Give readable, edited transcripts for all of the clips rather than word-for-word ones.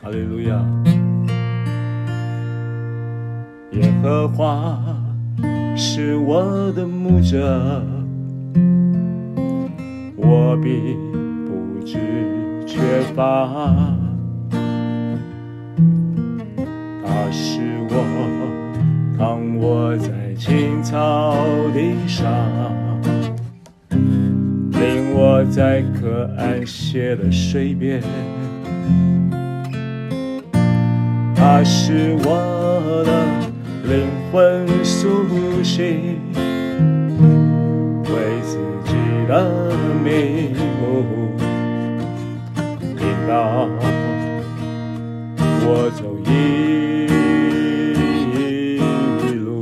哈利路亚！耶和华是我的牧者，我必不致缺乏。他使我躺卧在青草地上，领我在可安歇的水边。他使我的灵魂苏醒，为自己的名引导我走一路。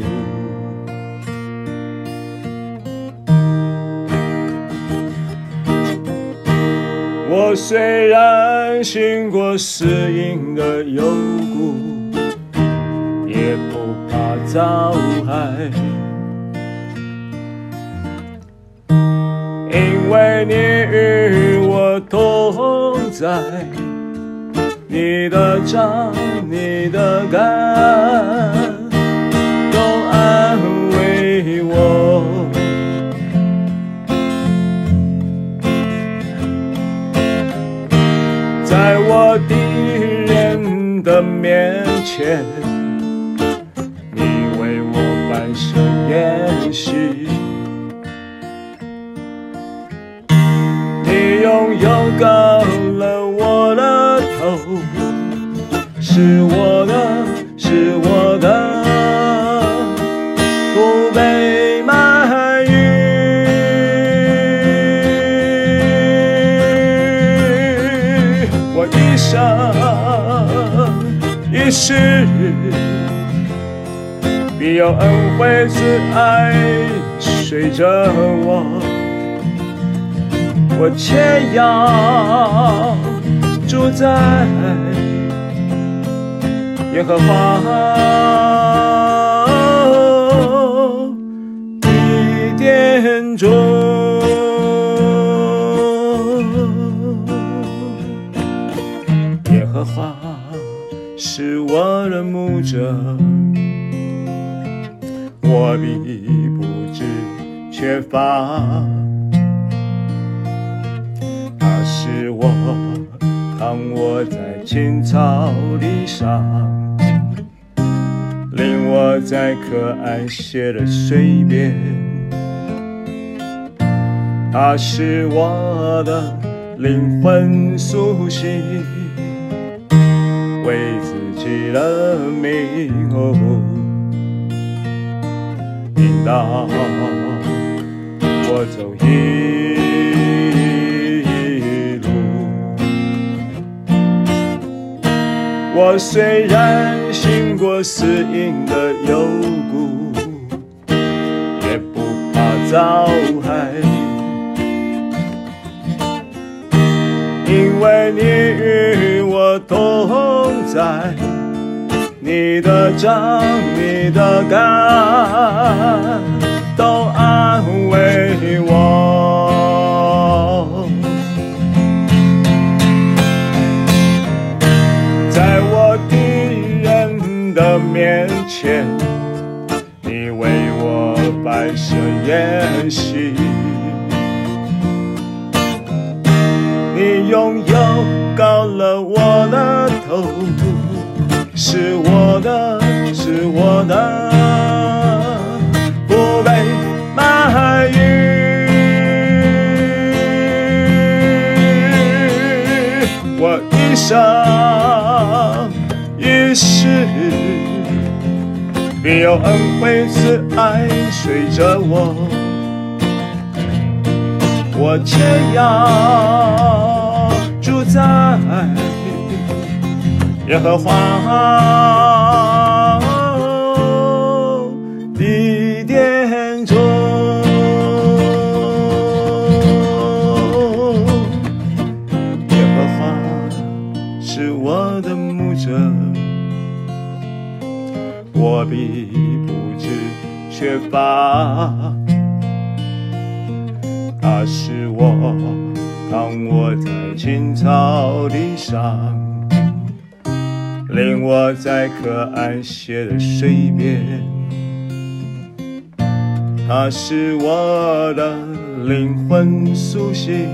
我虽然行过死荫的幽谷，也不怕遭害，因为你与我同在，你的杖，你的竿，都安慰我。在我敌人的面前，你为我摆设筵席，你用油膏了我的头，是我的，是我的，不被埋怨。我一生一世必有恩惠慈爱随着我，我且要住在耶和华的殿中。耶和华是我的牧者，我必不致缺乏。他使我躺卧在青草地上，领我在可安歇的水边。他使我的灵魂苏醒，为自己的名引导我走一路。我虽然行过死荫的幽谷，也不怕遭害，因为你与我同在，你的杖，你的竿，都安慰我。在我敌人的面前，你为我摆设筵席，你用油膏了我的头，是我的，是我的，不被埋怨。我一生一世必有恩惠慈爱随着我，我且要住在耶和华的殿中。耶和华是我的牧者，我必不致缺乏。他使我躺卧在青草地上， 领我在可安歇的水边。它使我的灵魂苏醒，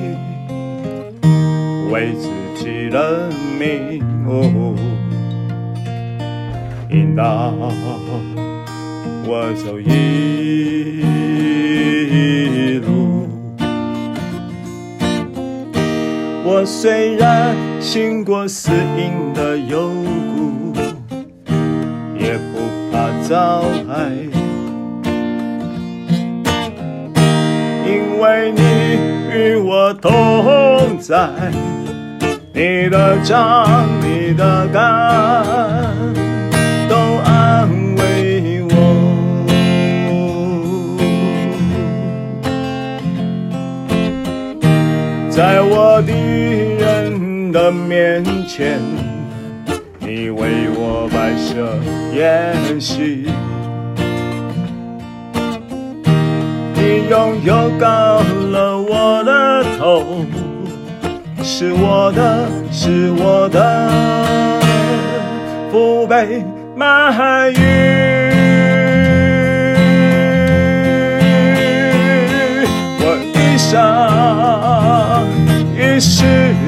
为自己人民引导我走一路。我虽然行过死荫的幽谷，也不怕遭害，因为你与我同在，你的杖，你的竿都安慰我。在我敌人的面前，你为我摆设筵席，你用油膏了我的头，是我的，是我的父辈满语。我一生一世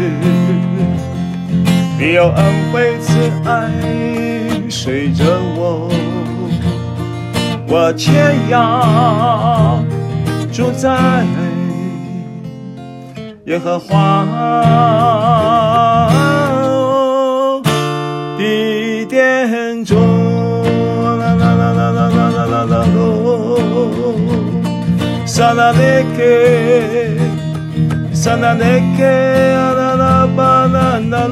必有恩惠慈爱随着我，我天要住在耶和华的殿中。萨拉内克，萨拉内克，阿拉拉巴拉那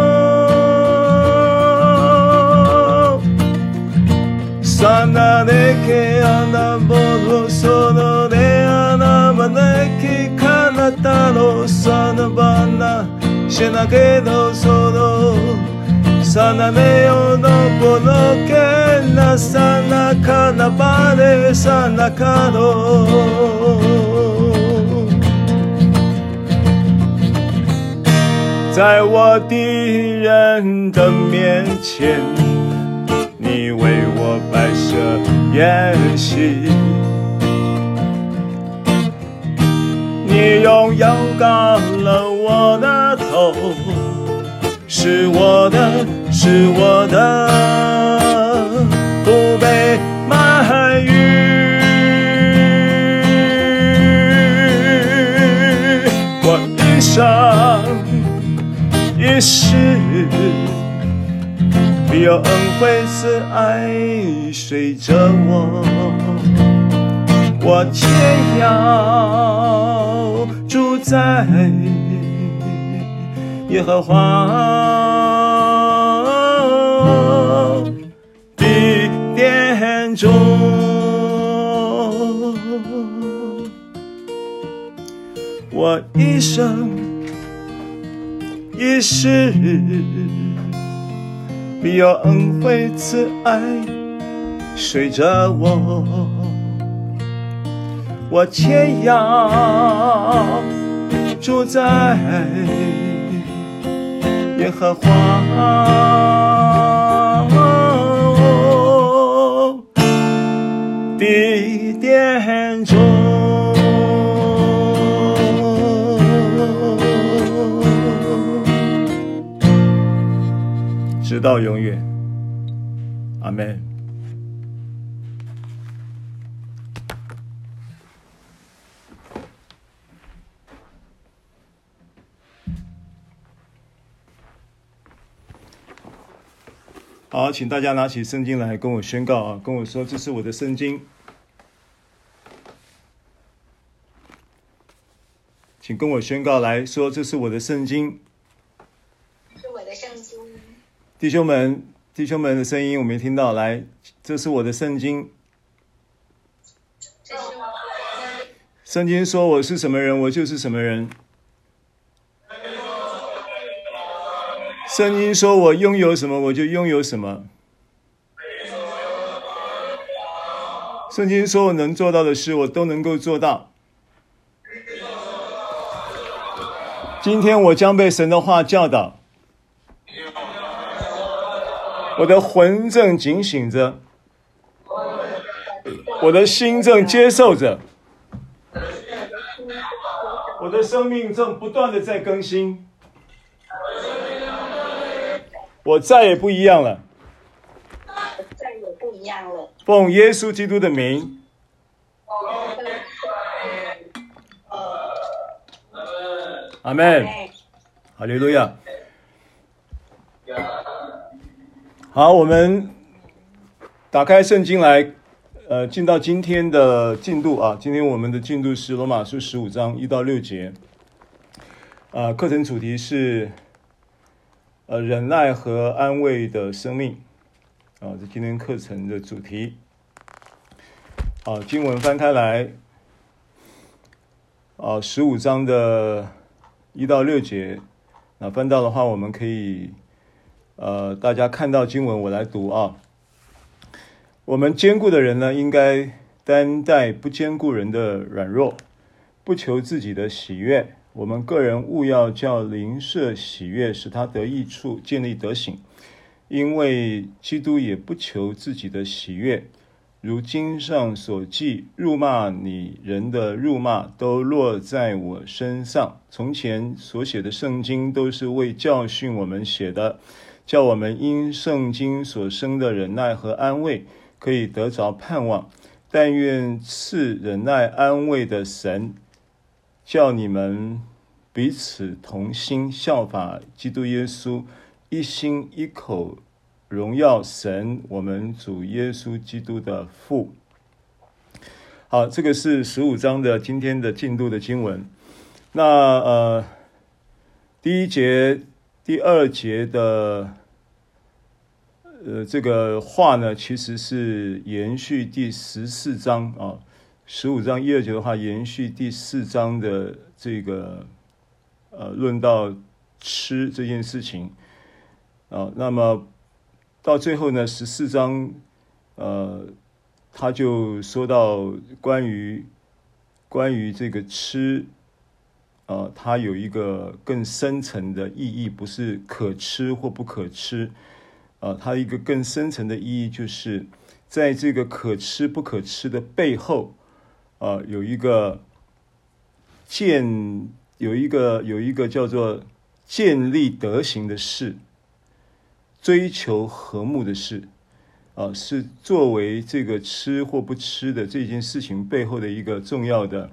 罗，萨拉内克，阿拉波罗索罗内阿拉巴内克。Talo sana bana shena que no solo sana neo no bono que na sana kana pare sana kano。 在我敌人的面前，你为我摆设筵席，你用油膏了我的头，是我的，是我的父辈满语。我一生一世必有恩惠慈爱随着我，我天要住在耶和华的殿中。我一生一世必有恩惠慈爱随着我，我天要住在耶和华的殿中。直到永远，阿们。好，请大家拿起圣经来跟我宣告啊，跟我说这是我的圣经。请跟我宣告来说这是我的圣经。 是我的圣经。 弟兄们的声音我没听到，来，这是我的圣经。圣经说我是什么人，我就是什么人。圣经说我拥有什么，我就拥有什么。圣经说我能做到的事，我都能够做到。今天我将被神的话教导。 我的魂正警醒着，我的心正接受着，我的生命正不断的在更新，我再也不一样了。奉耶稣基督的名，阿们，哈利路亚。好，我们打开圣经来，进到今天的进度啊。今天我们的进度是罗马书15章1到6节，课程主题是忍耐和安慰的生命啊，这今天课程的主题。经文翻开来，15章的1到6节，那翻到的话，我们可以大家看到经文，我来读啊。我们坚固的人呢，应该担待不坚固人的软弱，不求自己的喜悦。我们个人务要叫邻舍喜悦，使他得益处，建立德行。因为基督也不求自己的喜悦，如经上所记，辱骂你人的辱骂都落在我身上。从前所写的圣经都是为教训我们写的，叫我们因圣经所生的忍耐和安慰，可以得着盼望。但愿赐忍耐安慰的神，叫你们彼此同心，效法基督耶稣，一心一口荣耀神，我们主耶稣基督的父。好，这个是15章的今天的进度的经文。那第1节、第2节的这个话呢，其实是延续第14章啊，15章1、2节的话，延续第4章的这个论到吃这件事情啊。那么到最后呢，14章他就说到关于这个吃它有一个更深层的意义，不是可吃或不可吃。它一个更深层的意义，就是在这个可吃不可吃的背后，有一个叫做建立德行的事，追求和睦的事，是作为这个吃或不吃的这件事情背后的一个重要的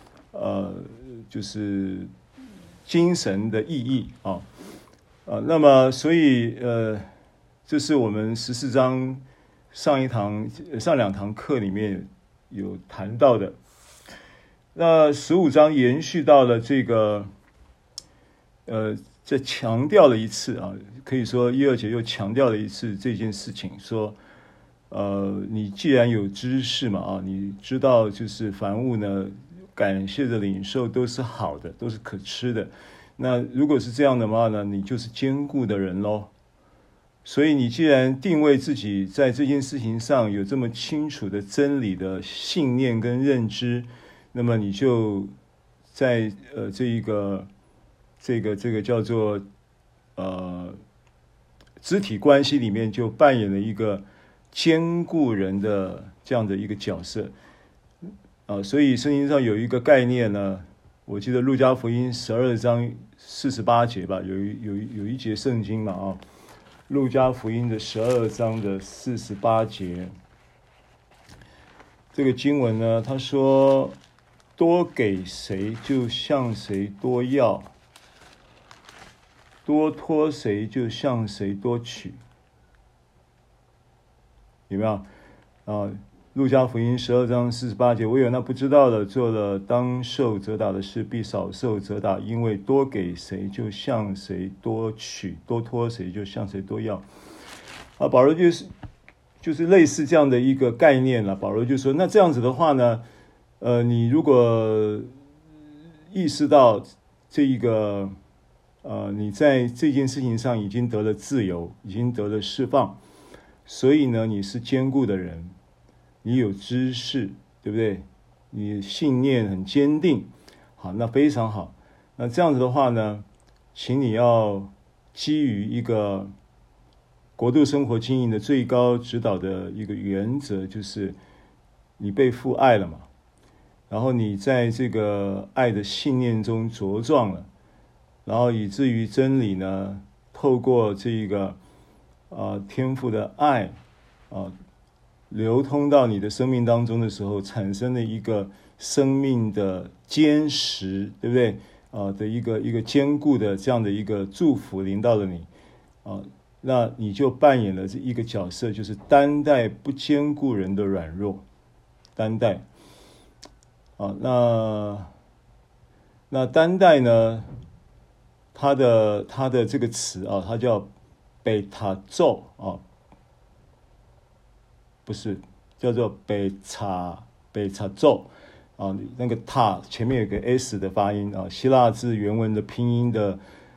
就是精神的意义啊。那么所以这是我们14章上2堂课里面有谈到的。那15章延续到了这个这强调了一次啊，可以说1、2节又强调了一次这件事情，说你既然有知识嘛你知道就是凡物呢，感谢的领受都是好的，都是可吃的。那如果是这样的话呢，你就是坚固的人咯。所以你既然定位自己在这件事情上有这么清楚的真理的信念跟认知，那么你就在这个叫做肢体关系里面就扮演了一个坚固人的这样的一个角色所以圣经上有一个概念呢，我记得路加福音12章48节吧，有一节圣经嘛路加福音的12章的48节，这个经文呢，他说多给谁就向谁多要，多托谁就向谁多取，有没有路加福音12章48节，唯有那不知道的做了当受责打的事，必少受责打，因为多给谁就向谁多取，多托谁就向谁多要。保罗就是类似这样的一个概念了。保罗就说，那这样子的话呢，你如果意识到这一个你在这件事情上已经得了自由，已经得了释放，所以呢，你是坚固的人。你有知识，对不对？你信念很坚定，好，那非常好。那这样子的话呢，请你要基于一个国度生活经营的最高指导的一个原则，就是你被父爱了嘛，然后你在这个爱的信念中茁壮了，然后以至于真理呢，透过这个天父的爱流通到你的生命当中的时候，产生了一个生命的坚实，对不对？的一个坚固的这样的一个祝福临到了你那你就扮演了这一个角色，就是担待不坚固人的软弱，担待那担待呢，它的这个词它叫贝塔咒不是叫做贝查咒那个塔前面有个 S 的发音希腊字原文的拼音的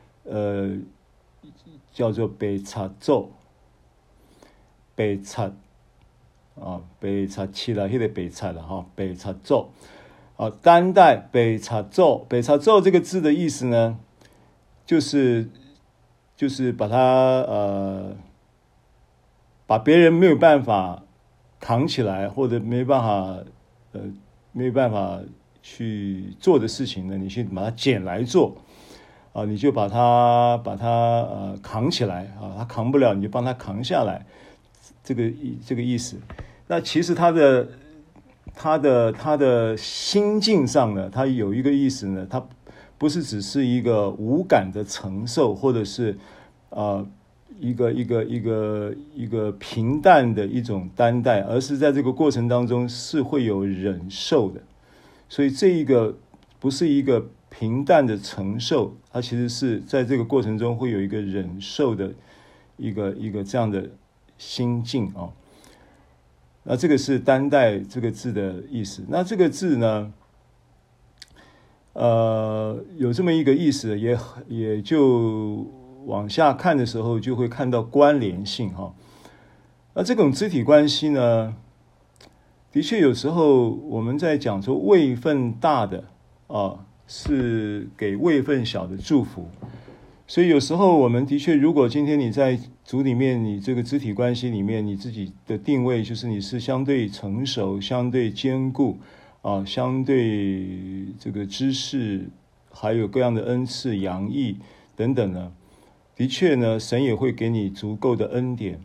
叫做贝查咒，贝查贝查七了，那个贝查了贝查咒担待贝查咒这个字的意思呢，就是把它把别人没有办法扛起来，或者没有办法去做的事情呢，你去把它捡来做你就把它扛起来他扛不了你就帮他扛下来，这个意思。那其实他的心境上呢，他有一个意思呢，他不是只是一个无感的承受，或者是一个平淡的一种担待，而是在这个过程当中是会有忍受的。所以这一个不是一个平淡的承受，它其实是在这个过程中会有一个忍受的一个这样的心境那这个是担待这个字的意思。那这个字呢有这么一个意思，也就往下看的时候就会看到关联性那这种肢体关系呢，的确有时候我们在讲说位分大的是给位分小的祝福，所以有时候我们的确，如果今天你在组里面，你这个肢体关系里面，你自己的定位就是你是相对成熟、相对坚固相对这个知识还有各样的恩赐、洋溢等等呢，的确呢，神也会给你足够的恩典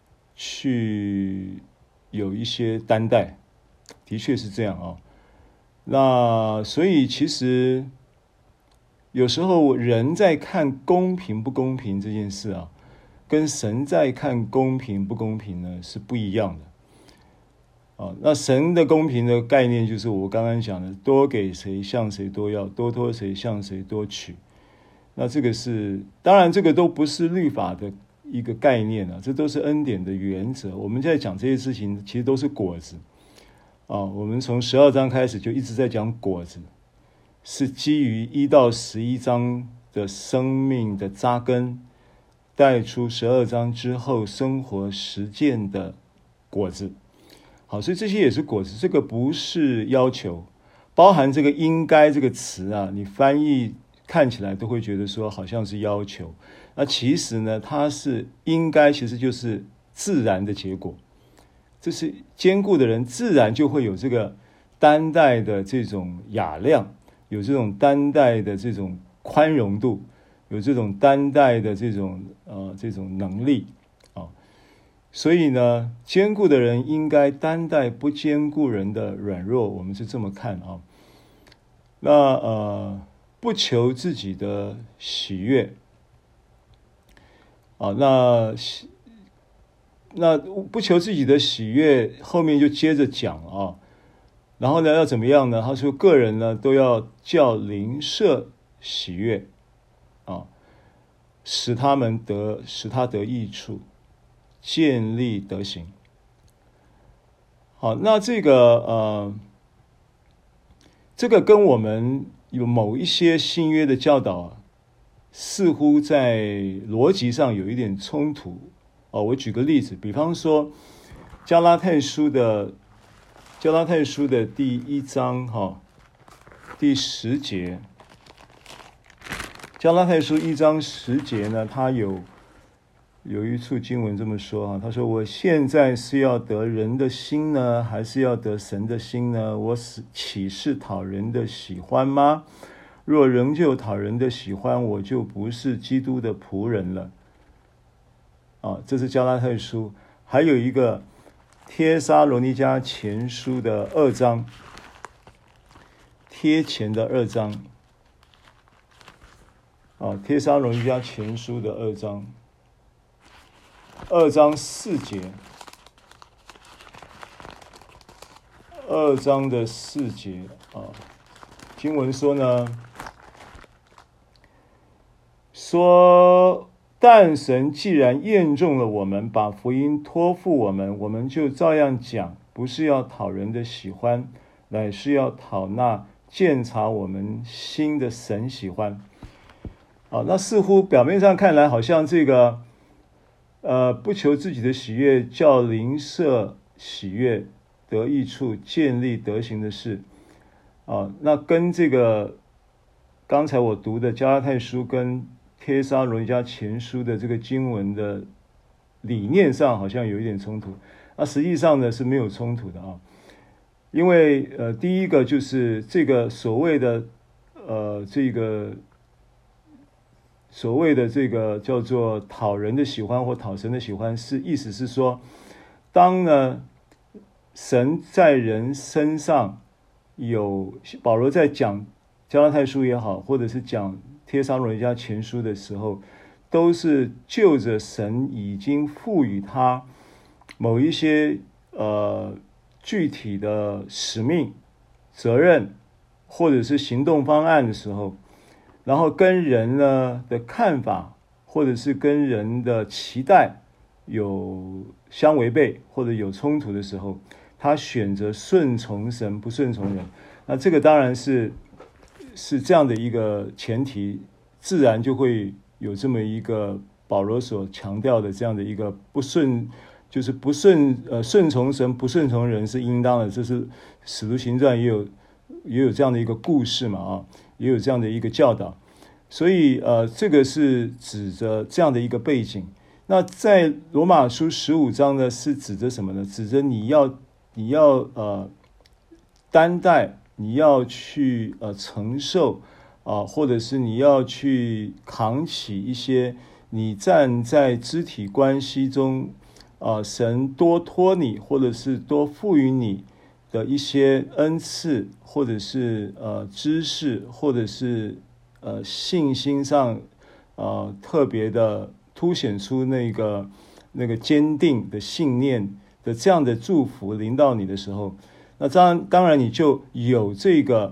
去有一些担待，的确是这样那所以其实有时候人在看公平不公平这件事跟神在看公平不公平呢是不一样的那神的公平的概念就是我刚刚讲的，多给谁向谁多要，多托谁向谁多取。那这个是当然这个都不是律法的一个概念这都是恩典的原则。我们在讲这些事情其实都是果子我们从12章开始就一直在讲果子，是基于1到11章的生命的扎根，带出12章之后生活实践的果子。好，所以这些也是果子，这个不是要求，包含这个应该这个词你翻译看起来都会觉得说好像是要求，那其实呢，它是应该，其实就是自然的结果。这是坚固的人自然就会有这个担待的这种雅量，有这种担待的这种宽容度，有这种担待的这种能力所以呢，坚固的人应该担待不坚固人的软弱，我们是这么看那不求自己的喜悦那不求自己的喜悦后面就接着讲然后呢要怎么样呢？他说个人呢都要叫邻舍喜悦使他得益处，建立德行。好，那这个跟我们有某一些新约的教导似乎在逻辑上有一点冲突我举个例子，比方说加拉太书的第1章第10节，加拉太书1章10节呢，它有有一处经文这么说啊，他说：“我现在是要得人的心呢，还是要得神的心呢？我岂是讨人的喜欢吗？若仍旧讨人的喜欢，我就不是基督的仆人了。”啊，这是加拉太书。还有一个帖撒罗尼迦前书的2章，贴前的2章。啊，帖撒罗尼迦前书的2章。2章4节，2章的4节啊，经文说呢，说但神既然验中了我们，把福音托付我们，我们就照样讲，不是要讨人的喜欢，乃是要讨那鉴察我们心的神喜欢。啊，那似乎表面上看来好像这个不求自己的喜悦，叫邻舍喜悦，得益处，建立德行的事。啊，那跟这个刚才我读的加拉太书跟帖撒罗尼迦前书的这个经文的理念上好像有一点冲突。那实际上呢是没有冲突的啊，因为第一个就是这个所谓的这个叫做讨人的喜欢或讨神的喜欢，意思是说，当呢神在人身上有，保罗在讲加拉太书也好，或者是讲帖撒罗尼迦前书的时候，都是就着神已经赋予他某一些具体的使命、责任或者是行动方案的时候，然后跟人呢的看法或者是跟人的期待有相违背或者有冲突的时候，他选择顺从神不顺从人。那这个当然是这样的一个前提，自然就会有这么一个保罗所强调的这样的一个顺从神不顺从人是应当的。这是使徒行传也有这样的一个故事嘛，啊，也有这样的一个教导。所以这个是指着这样的一个背景。那在罗马书15章呢，是指着什么呢？指着你要担待，你要去承受或者是你要去扛起一些你站在肢体关系中神多托你或者是多赋予你的一些恩赐，或者是知识，或者是信心上特别的凸显出那个坚定的信念的这样的祝福临到你的时候，那当然你就有这个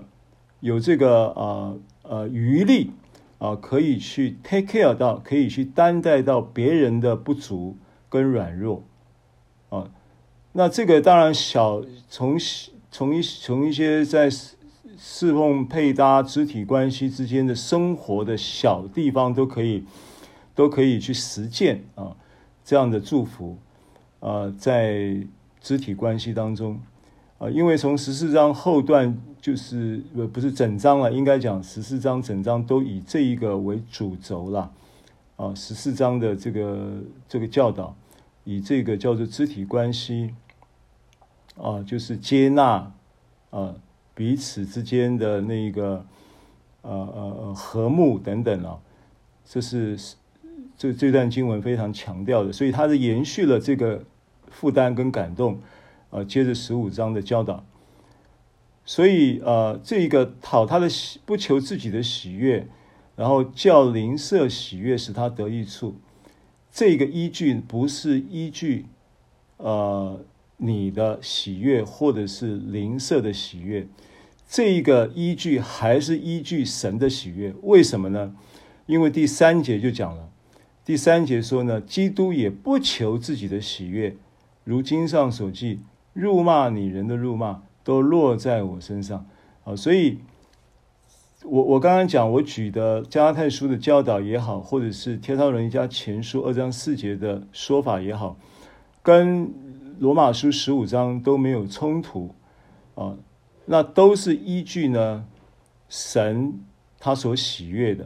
余力可以去 take care 到，可以去担待到别人的不足跟软弱那这个当然从一些在侍奉配搭肢体关系之间的生活的小地方都可以去实践这样的祝福在肢体关系当中因为从14章后段就是不是整章了，应该讲14章整章都以这一个为主轴了14章的这个教导以这个叫做肢体关系就是接纳彼此之间的那个和睦等等这是这段经文非常强调的，所以它是延续了这个负担跟感动接着15章的教导。所以这个讨他的不求自己的喜悦，然后叫邻舍喜悦，使他得益处，这个依据不是依据你的喜悦或者是邻舍的喜悦，这个依据还是依据神的喜悦。为什么呢？因为第3节就讲了，第3节说呢，基督也不求自己的喜悦，如经上所记，辱骂你人的辱骂都落在我身上所以我刚刚讲，我举的加拉太书的教导也好，或者是帖撒罗尼迦前书2章4节的说法也好，跟罗马书15章都没有冲突那都是依据呢神他所喜悦的，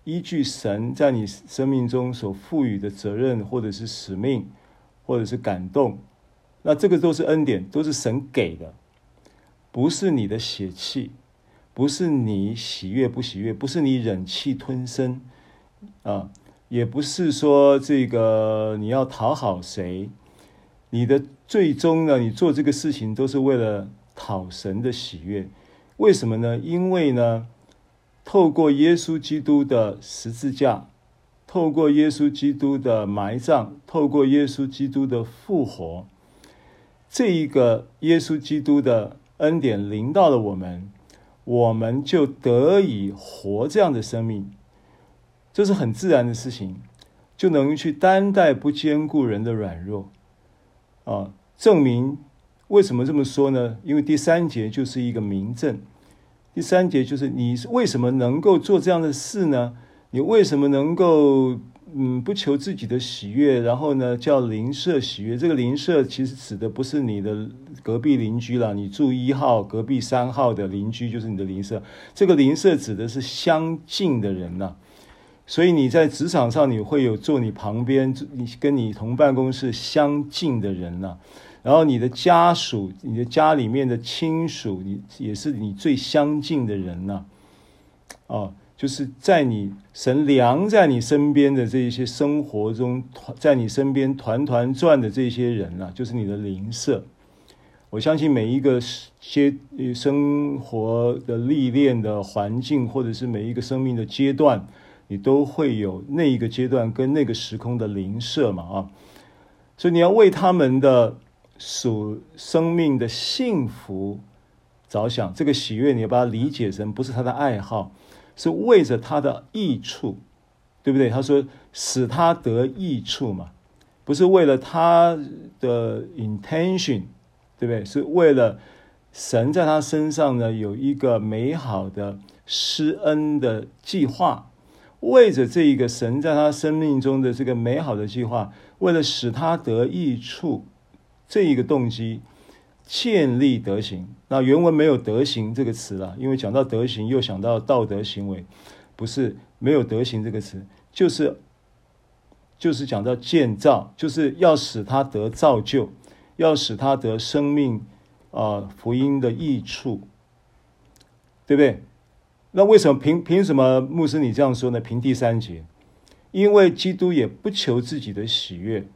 依据神在你生命中所赋予的责任，或者是使命，或者是感动，那这个都是恩典，都是神给的，不是你的血气，不是你喜悦不喜悦，不是你忍气吞声也不是说这个你要讨好谁，你的最终呢，你做这个事情都是为了讨神的喜悦。为什么呢？因为呢，透过耶稣基督的十字架，透过耶稣基督的埋葬，透过耶稣基督的复活，这一个耶稣基督的恩典临到了我们，我们就得以活这样的生命，这是很自然的事情，就能去担待不坚固人的软弱证明为什么这么说呢？因为第3节就是一个明证。第3节就是你为什么能够做这样的事呢？你为什么能够不求自己的喜悦，然后呢叫邻舍喜悦？这个邻舍其实指的不是你的隔壁邻居啦，你住1号隔壁3号的邻居就是你的邻舍，这个邻舍指的是相近的人啦。所以你在职场上你会有坐你旁边，你跟你同办公室相近的人啦。然后你的家属，你的家里面的亲属，也是你最相近的人呐。就是在神量在你身边的这些生活中，在你身边团团转的这些人啊，就是你的邻舍。我相信每一个生活的历练的环境，或者是每一个生命的阶段，你都会有那一个阶段跟那个时空的邻舍嘛所以你要为他们的属生命的幸福着想，这个喜悦你要把它理解成不是他的爱好，是为着他的益处，对不对？他说使他得益处嘛，不是为了他的 intention， 对不对？是为了神在他身上呢有一个美好的施恩的计划，为着这一个神在他生命中的这个美好的计划，为了使他得益处，这一个动机建立德行。那原文没有德行这个词了，因为讲到德行又想到道德行为，不是没有德行这个词，就是讲到建造，就是要使他得造就，要使他得生命福音的益处，对不对？那为什么凭什么牧师你这样说呢？凭第3节，因为基督也不求自己的喜悦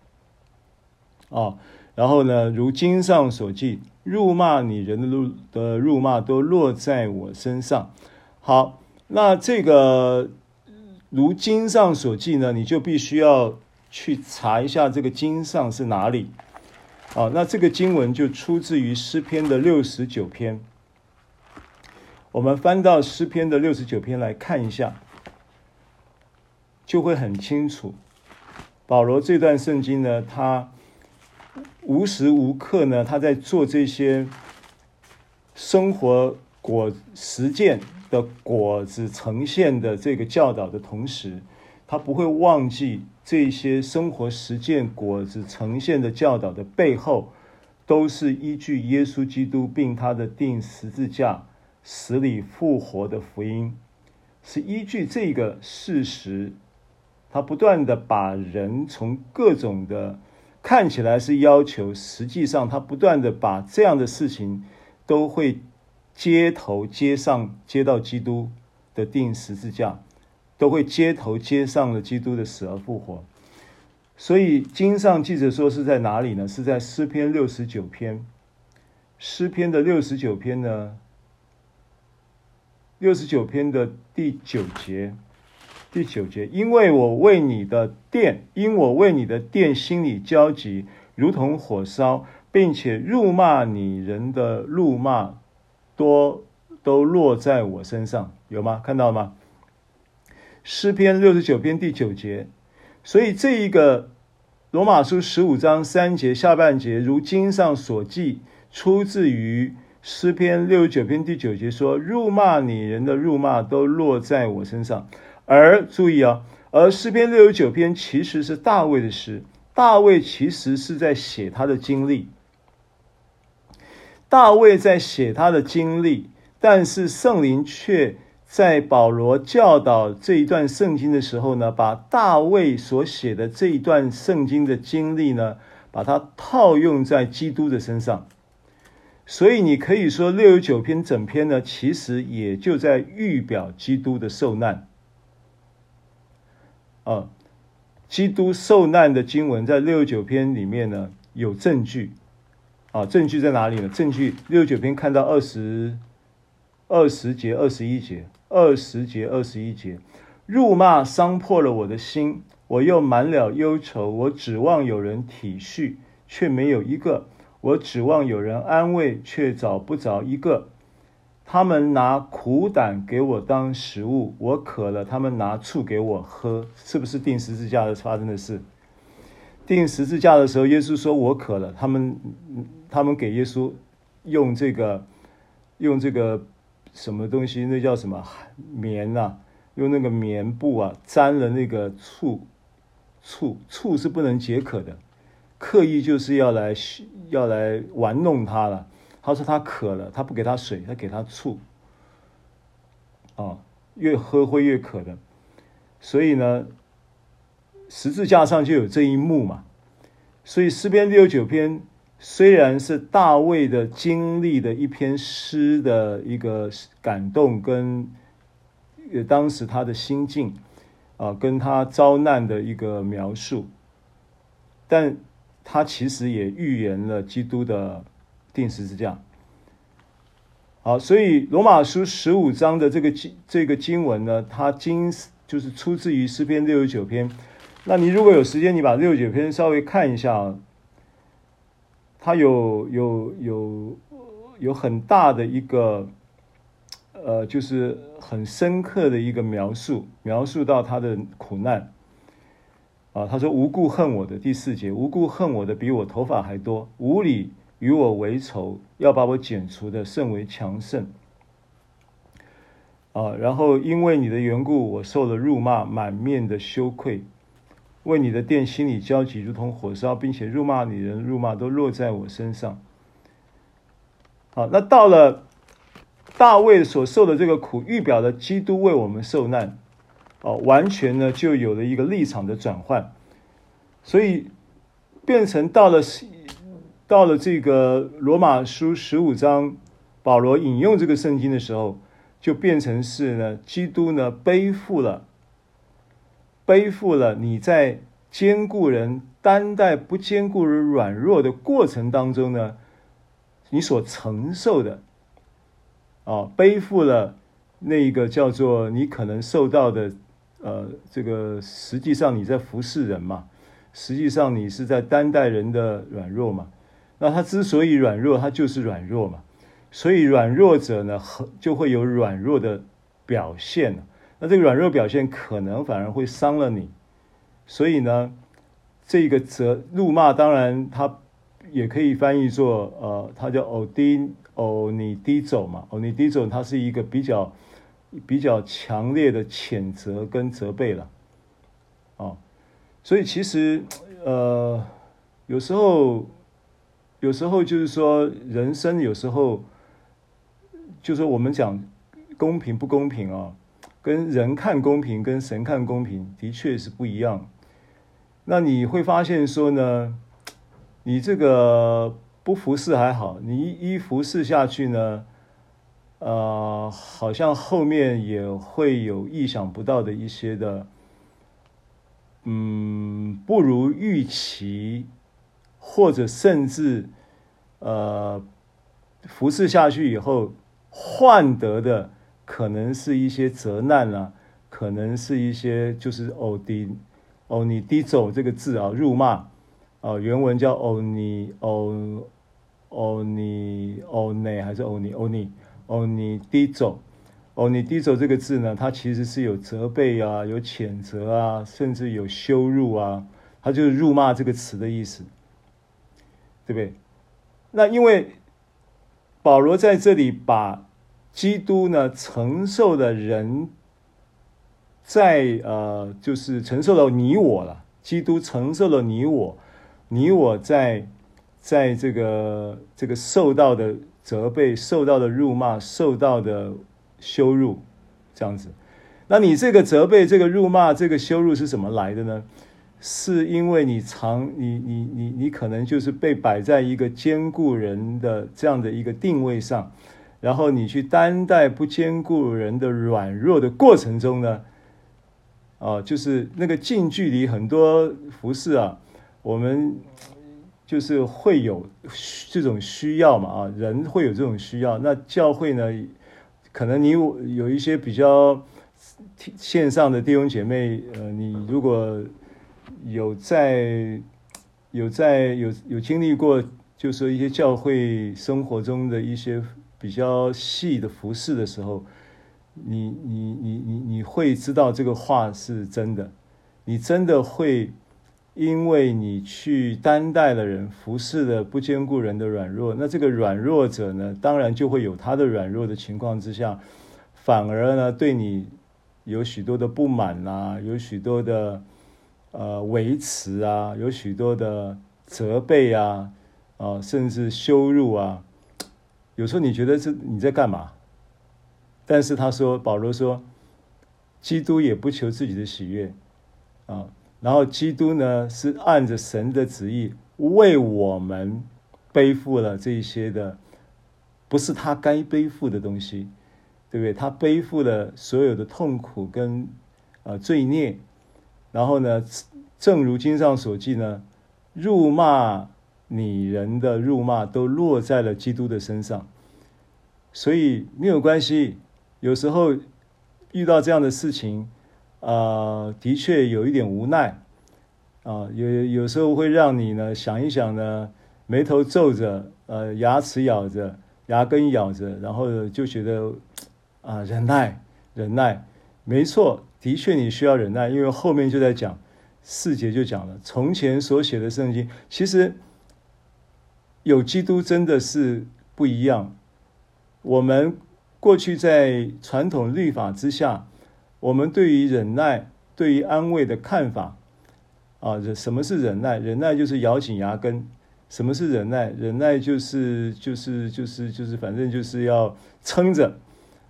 然后呢，如经上所记，辱骂你人的辱骂都落在我身上。好，那这个如经上所记呢，你就必须要去查一下这个经上是哪里那这个经文就出自于诗篇的69篇。我们翻到诗篇的69篇来看一下，就会很清楚。保罗这段圣经呢，他无时无刻呢，他在做这些生活实践的果子呈现的这个教导的同时，他不会忘记这些生活实践果子呈现的教导的背后，都是依据耶稣基督并他的钉十字架死里复活的福音，是依据这个事实，他不断的把人从各种的看起来是要求，实际上他不断的把这样的事情都会接到基督的钉十字架，都会接上了基督的死而复活。所以经上记着说是在哪里呢？是在诗篇69篇。诗篇的69篇呢，69篇的第9节，因我为你的殿心里焦急，如同火烧，并且辱骂你人的辱骂都落在我身上。有吗？看到吗？诗篇69篇第9节。所以这一个罗马书15章3节下半节，如经上所记，出自于诗篇69篇第9节，说辱骂你人的辱骂都落在我身上。注意而诗篇69篇其实是大卫的诗，大卫其实是在写他的经历，但是圣灵却在保罗教导这一段圣经的时候呢，把大卫所写的这一段圣经的经历呢，把它套用在基督的身上。所以你可以说69篇整篇呢，其实也就在预表基督的受难。基督受难的经文在69篇里面呢有证据。证据在哪里呢？证据69篇看到20节、21节，辱骂伤破了我的心，我又满了忧愁，我指望有人体恤，却没有一个；我指望有人安慰，却找不着一个。他们拿苦胆给我当食物，我渴了，他们拿醋给我喝。是不是钉十字架的发生的事？钉十字架的时候，耶稣说我渴了，他们给耶稣用这个什么东西，那叫什么棉啊，用那个棉布啊沾了那个醋是不能解渴的，刻意就是要来玩弄他了。他说他渴了，他不给他水，他给他醋，越喝会越渴的。所以呢，十字架上就有这一幕嘛。所以诗篇69篇虽然是大卫的经历的一篇诗的一个感动，跟当时他的心境跟他遭难的一个描述，但他其实也预言了基督的钉十字架。好，所以罗马书15章的这个经文呢，它就是出自于诗篇69篇。那你如果有时间，你把69篇稍微看一下它有很大的一个就是很深刻的一个描述到他的苦难他说无故恨我的，第4节，无故恨我的比我头发还多，无理与我为仇，要把我剪除的甚为强盛然后因为你的缘故，我受了辱骂，满面的羞愧，为你的殿心里焦急，如同火烧，并且辱骂你人辱骂都落在我身上。好，那到了大卫所受的这个苦，预表了基督为我们受难完全呢就有了一个立场的转换，所以变成到了这个罗马书15章，保罗引用这个圣经的时候，就变成是呢，基督呢背负了你在坚固人担待不坚固人软弱的过程当中呢，你所承受的背负了那个叫做你可能受到的这个实际上你在服侍人嘛，实际上你是在担待人的软弱嘛。那他之所以软弱，他就是软弱嘛，所以软弱者呢就会有软弱的表现，那这个软弱表现可能反而会伤了你。所以呢，这个辱骂当然它也可以翻译作它叫欧尼低走嘛，欧尼低走它是一个比较强烈的谴责跟责备了所以其实有时候就是说人生有时候就是我们讲公平不公平跟人看公平跟神看公平的确是不一样。那你会发现说呢，你这个不服侍还好，你一服侍下去呢好像后面也会有意想不到的一些的不如预期，或者甚至服侍下去以后换得的可能是一些责难可能是一些就是欧尼低走这个字辱骂原文叫欧尼还是欧尼低走。欧尼低走这个字呢，它其实是有责备有谴责甚至有羞辱它就是辱骂这个词的意思，对不对？那因为保罗在这里把基督呢承受的人在就是承受了你我了，基督承受了你我在这个受到的责备，受到的辱骂，受到的羞辱， 这样子。那你这个责备、这个辱骂、这个羞辱是怎么来的呢？是因为你可能就是被摆在一个兼顾人的这样的一个定位上，然后你去担待不兼顾人的软弱的过程中呢，就是那个近距离很多服事啊，我们就是会有这种需要嘛，人会有这种需要。那教会呢，可能你有一些比较线上的弟兄姐妹，你如果有经历过，就是说一些教会生活中的一些比较细的服事的时候，你会知道这个话是真的，你真的会因为你去担待了人，服侍了不兼顾人的软弱，那这个软弱者呢，当然就会有他的软弱的情况之下，反而呢对你有许多的不满啊，有许多的维持啊，有许多的责备啊，甚至羞辱啊。有时候你觉得你在干嘛？但是保罗说，基督也不求自己的喜悦啊。然后基督呢是按着神的旨意为我们背负了这些的，不是他该背负的东西，对不对？他背负了所有的痛苦跟罪孽。然后呢，正如经上所记呢，辱骂你人的辱骂都落在了基督的身上。所以没有关系，有时候遇到这样的事情，的确有一点无奈有时候会让你呢想一想呢，眉头皱着，牙齿咬着，牙根咬着，然后就觉得忍耐，没错，的确你需要忍耐，因为后面就在讲4节就讲了，从前所写的圣经，其实有基督真的是不一样。我们过去在传统律法之下，我们对于忍耐、对于安慰的看法什么是忍耐？忍耐就是咬紧牙根。什么是忍耐？忍耐就是反正就是要撑着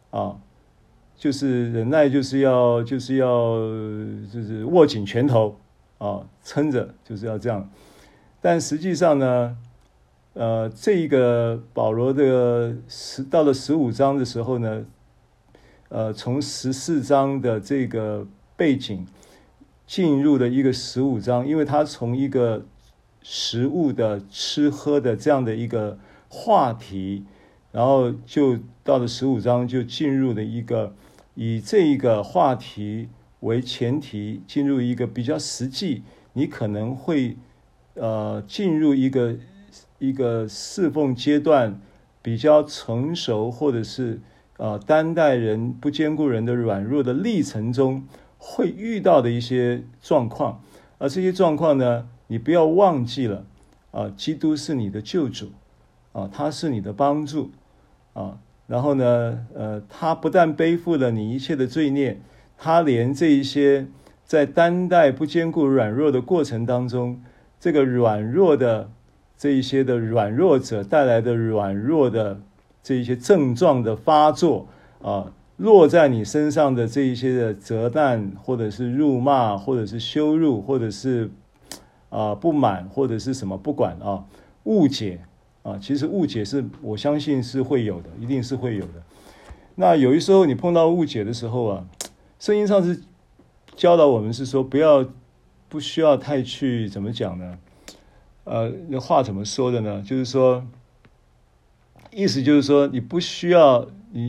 就是忍耐就是要握紧拳头撑着，就是要这样。但实际上呢，这一个保罗的到了15章的时候呢，从14章的这个背景进入了一个15章，因为他从一个食物的吃喝的这样的一个话题，然后就到了15章就进入了一个以这一个话题为前提，进入一个比较实际，你可能会进入一个侍奉阶段比较成熟，或者是担待人不兼顾人的软弱的历程中会遇到的一些状况。而这些状况呢，你不要忘记了基督是你的救主他是你的帮助然后呢他不但背负了你一切的罪孽，他连这一些在担待不兼顾软弱的过程当中，这个软弱的这一些的软弱者带来的软弱的这一些症状的发作落在你身上的这一些的责难，或者是辱骂，或者是羞辱，或者是不满，或者是什么不管误解其实误解是我相信是会有的，一定是会有的。那有一时候你碰到误解的时候圣经上是教导我们是说不需要太去怎么讲呢？那话怎么说的呢？就是说，意思就是说，你不需要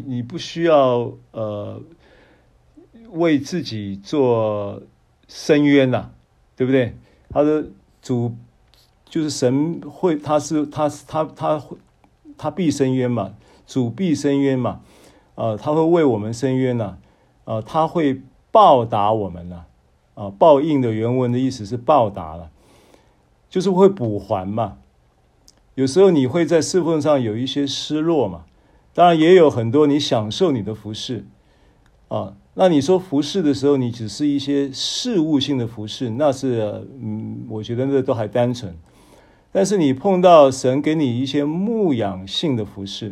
为自己做申冤对不对？他的主就是神会，他必申冤嘛，主必申冤嘛，他会为我们申冤他会报答我们报应的原文的意思是报答了，就是会补还嘛。有时候你会在侍奉上有一些失落嘛，当然也有很多你享受你的服事那你说服事的时候，你只是一些事务性的服事，那是我觉得那都还单纯。但是你碰到神给你一些牧养性的服事，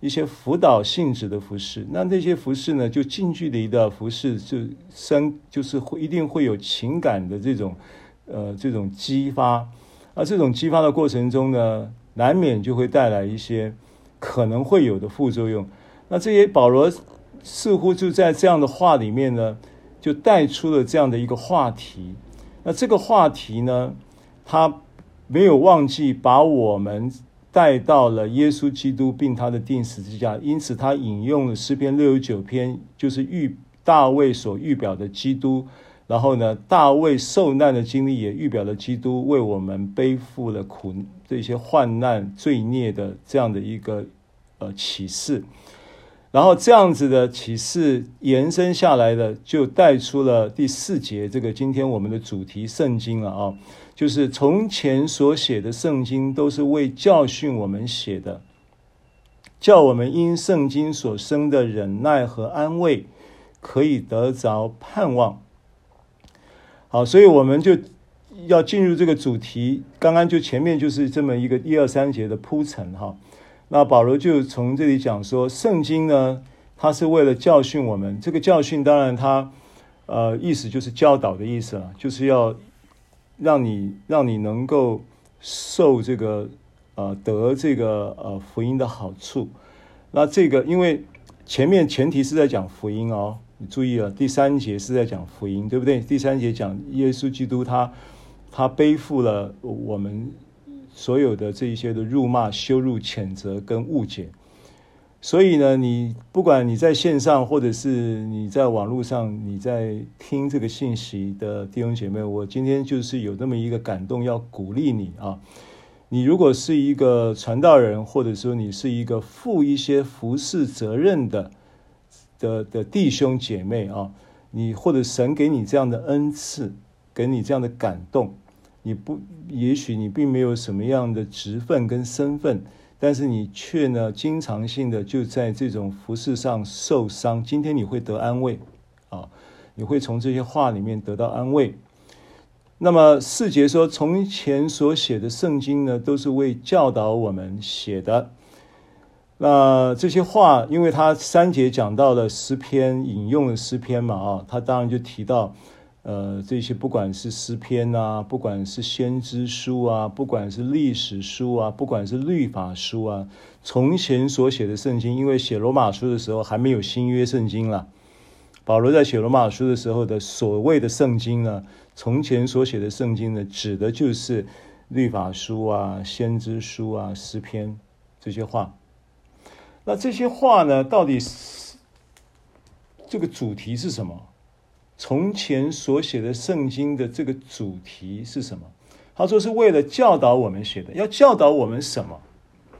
一些辅导性质的服事。那那些服事呢，就近距离的服事，就是一定会有情感的这种激发。而这种激发的过程中呢，难免就会带来一些可能会有的副作用。那这些保罗似乎就在这样的话里面呢，就带出了这样的一个话题。那这个话题呢，他没有忘记把我们带到了耶稣基督并他的钉十字架，因此他引用了诗篇69篇，就是大卫所预表的基督。然后呢，大卫受难的经历也预表了基督为我们背负了这些患难罪孽的这样的一个启示。然后这样子的启示延伸下来的，就带出了第4节，这个今天我们的主题圣经了啊，就是从前所写的圣经都是为教训我们写的，叫我们因圣经所生的忍耐和安慰，可以得着盼望。好，所以我们就要进入这个主题。刚刚就前面就是这么一个1、2、3节的铺陈哈。那保罗就从这里讲说，圣经呢，它是为了教训我们。这个教训当然它意思就是教导的意思了，就是要让你能够受这个得这个福音的好处。那这个因为前提是在讲福音哦，你注意了，第3节是在讲福音，对不对？第3节讲耶稣基督他背负了我们所有的这一些的辱骂、羞辱、谴责跟误解。所以呢，你不管你在线上或者是你在网络上，你在听这个信息的弟兄姐妹，我今天就是有那么一个感动，要鼓励你啊。你如果是一个传道人，或者说你是一个负一些服事责任的弟兄姐妹啊，你或者神给你这样的恩赐，给你这样的感动，也许你并没有什么样的职分跟身份，但是你却呢经常性的就在这种服事上受伤。今天你会得安慰啊，你会从这些话里面得到安慰。那么4节说，从前所写的圣经呢，都是为教导我们写的。那这些话，因为他3节讲到了诗篇，引用了诗篇嘛啊，他当然就提到这些不管是诗篇啊，不管是先知书啊，不管是历史书啊，不管是律法书啊，从前所写的圣经，因为写罗马书的时候还没有新约圣经了。保罗在写罗马书的时候的所谓的圣经呢，从前所写的圣经呢，指的就是律法书啊、先知书啊、诗篇这些话。那这些话呢，到底这个主题是什么？从前所写的圣经的这个主题是什么？他说是为了教导我们写的。要教导我们什么？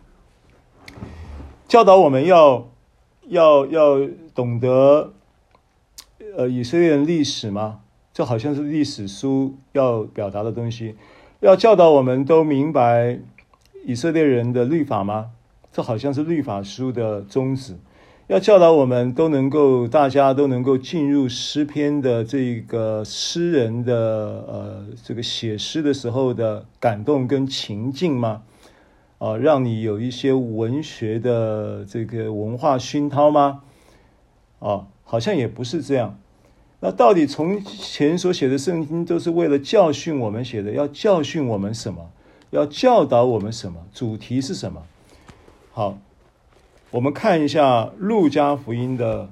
教导我们要懂得以色列人历史吗？这好像是历史书要表达的东西。要教导我们都明白以色列人的律法吗？这好像是律法书的宗旨。要教导我们大家都能够进入诗篇的这个诗人的这个写诗的时候的感动跟情境吗？让你有一些文学的这个文化熏陶吗？好像也不是这样。那到底从前所写的圣经都是为了教训我们写的？要教训我们什么？要教导我们什么？主题是什么？好，我们看一下路加福音的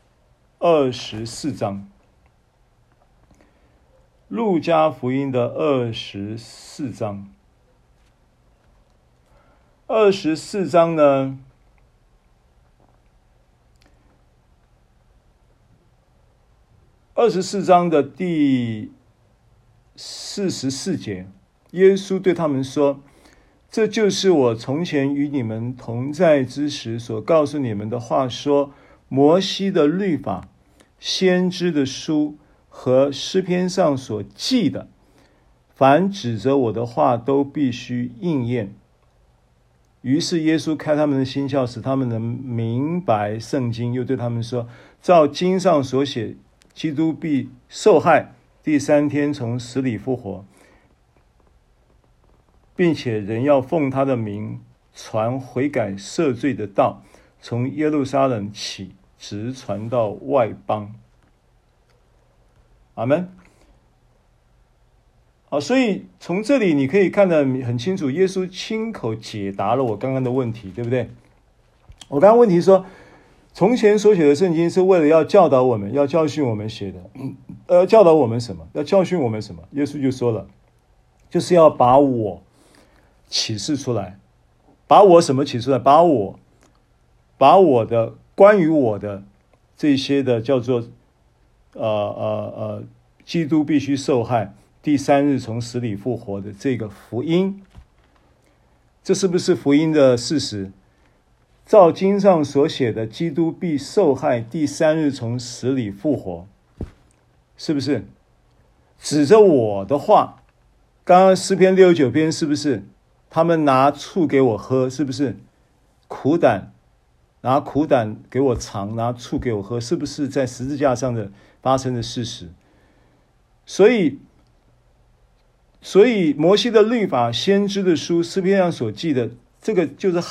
24章。路加福音的24章。24章呢，24章的第44节，耶稣对他们说，这就是我从前与你们同在之时所告诉你们的话，说摩西的律法、先知的书和诗篇上所记的，凡指着我的话都必须应验。于是耶稣开他们的心窍，使他们能明白圣经，又对他们说，照经上所写，基督必受害，第3天从死里复活，并且人要奉他的名传悔改赦罪的道， 从耶路撒冷起，直传到外邦。阿们。好，所以从这里你可以看得很清楚，耶稣亲口解答了我刚刚的问题，对不对？我刚刚问题说，从前所写的圣经是为了要教导我们，要教训我们写的，教导我们什么？要教训我们什么？耶稣就说了，就是要把我启示出来，把我什么启示出来？把我的关于我的这些的叫做基督必须受害，第三日从死里复活的这个福音，这是不是福音的事实？照经上所写的，基督必受害，第三日从死里复活，是不是？指着我的话，刚刚诗篇69篇是不是？他们拿醋给我喝，是不是？拿苦胆给我尝，拿醋给我喝，是不是在十字架上的发生的事实？所以摩西的律法、先知的书、诗篇上所记的，这个就是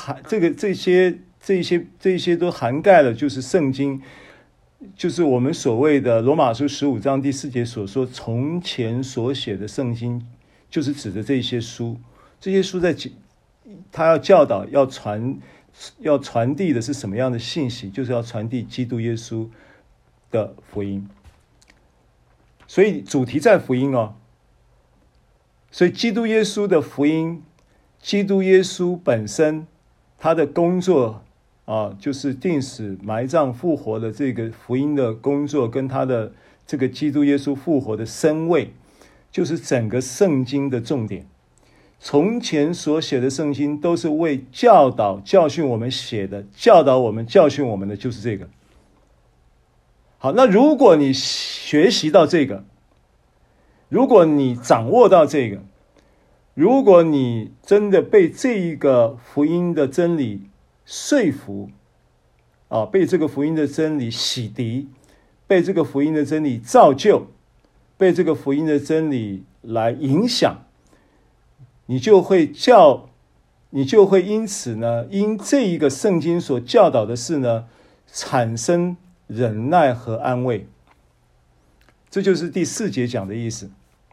这些都涵盖了，就是圣经，就是我们所谓的罗马书15章第4节所说，从前所写的圣经，就是指的这些书。这些书在他要教导、要传递的是什么样的信息？就是要传递基督耶稣的福音。所以主题在福音哦。所以基督耶稣的福音，基督耶稣本身他的工作就是定死埋葬复活的这个福音的工作，跟他的这个基督耶稣复活的身位，就是整个圣经的重点。从前所写的圣经都是为教导教训我们写的，教导我们教训我们的就是这个。好，那如果你学习到这个，如果你掌握到这个，如果你真的被这一个福音的真理说服被这个福音的真理洗涤，被这个福音的真理造就，被这个福音的真理来影响，你就会因此呢，因这一个圣经所教导的事呢，产生忍耐和安慰。这就是第4节讲的意思。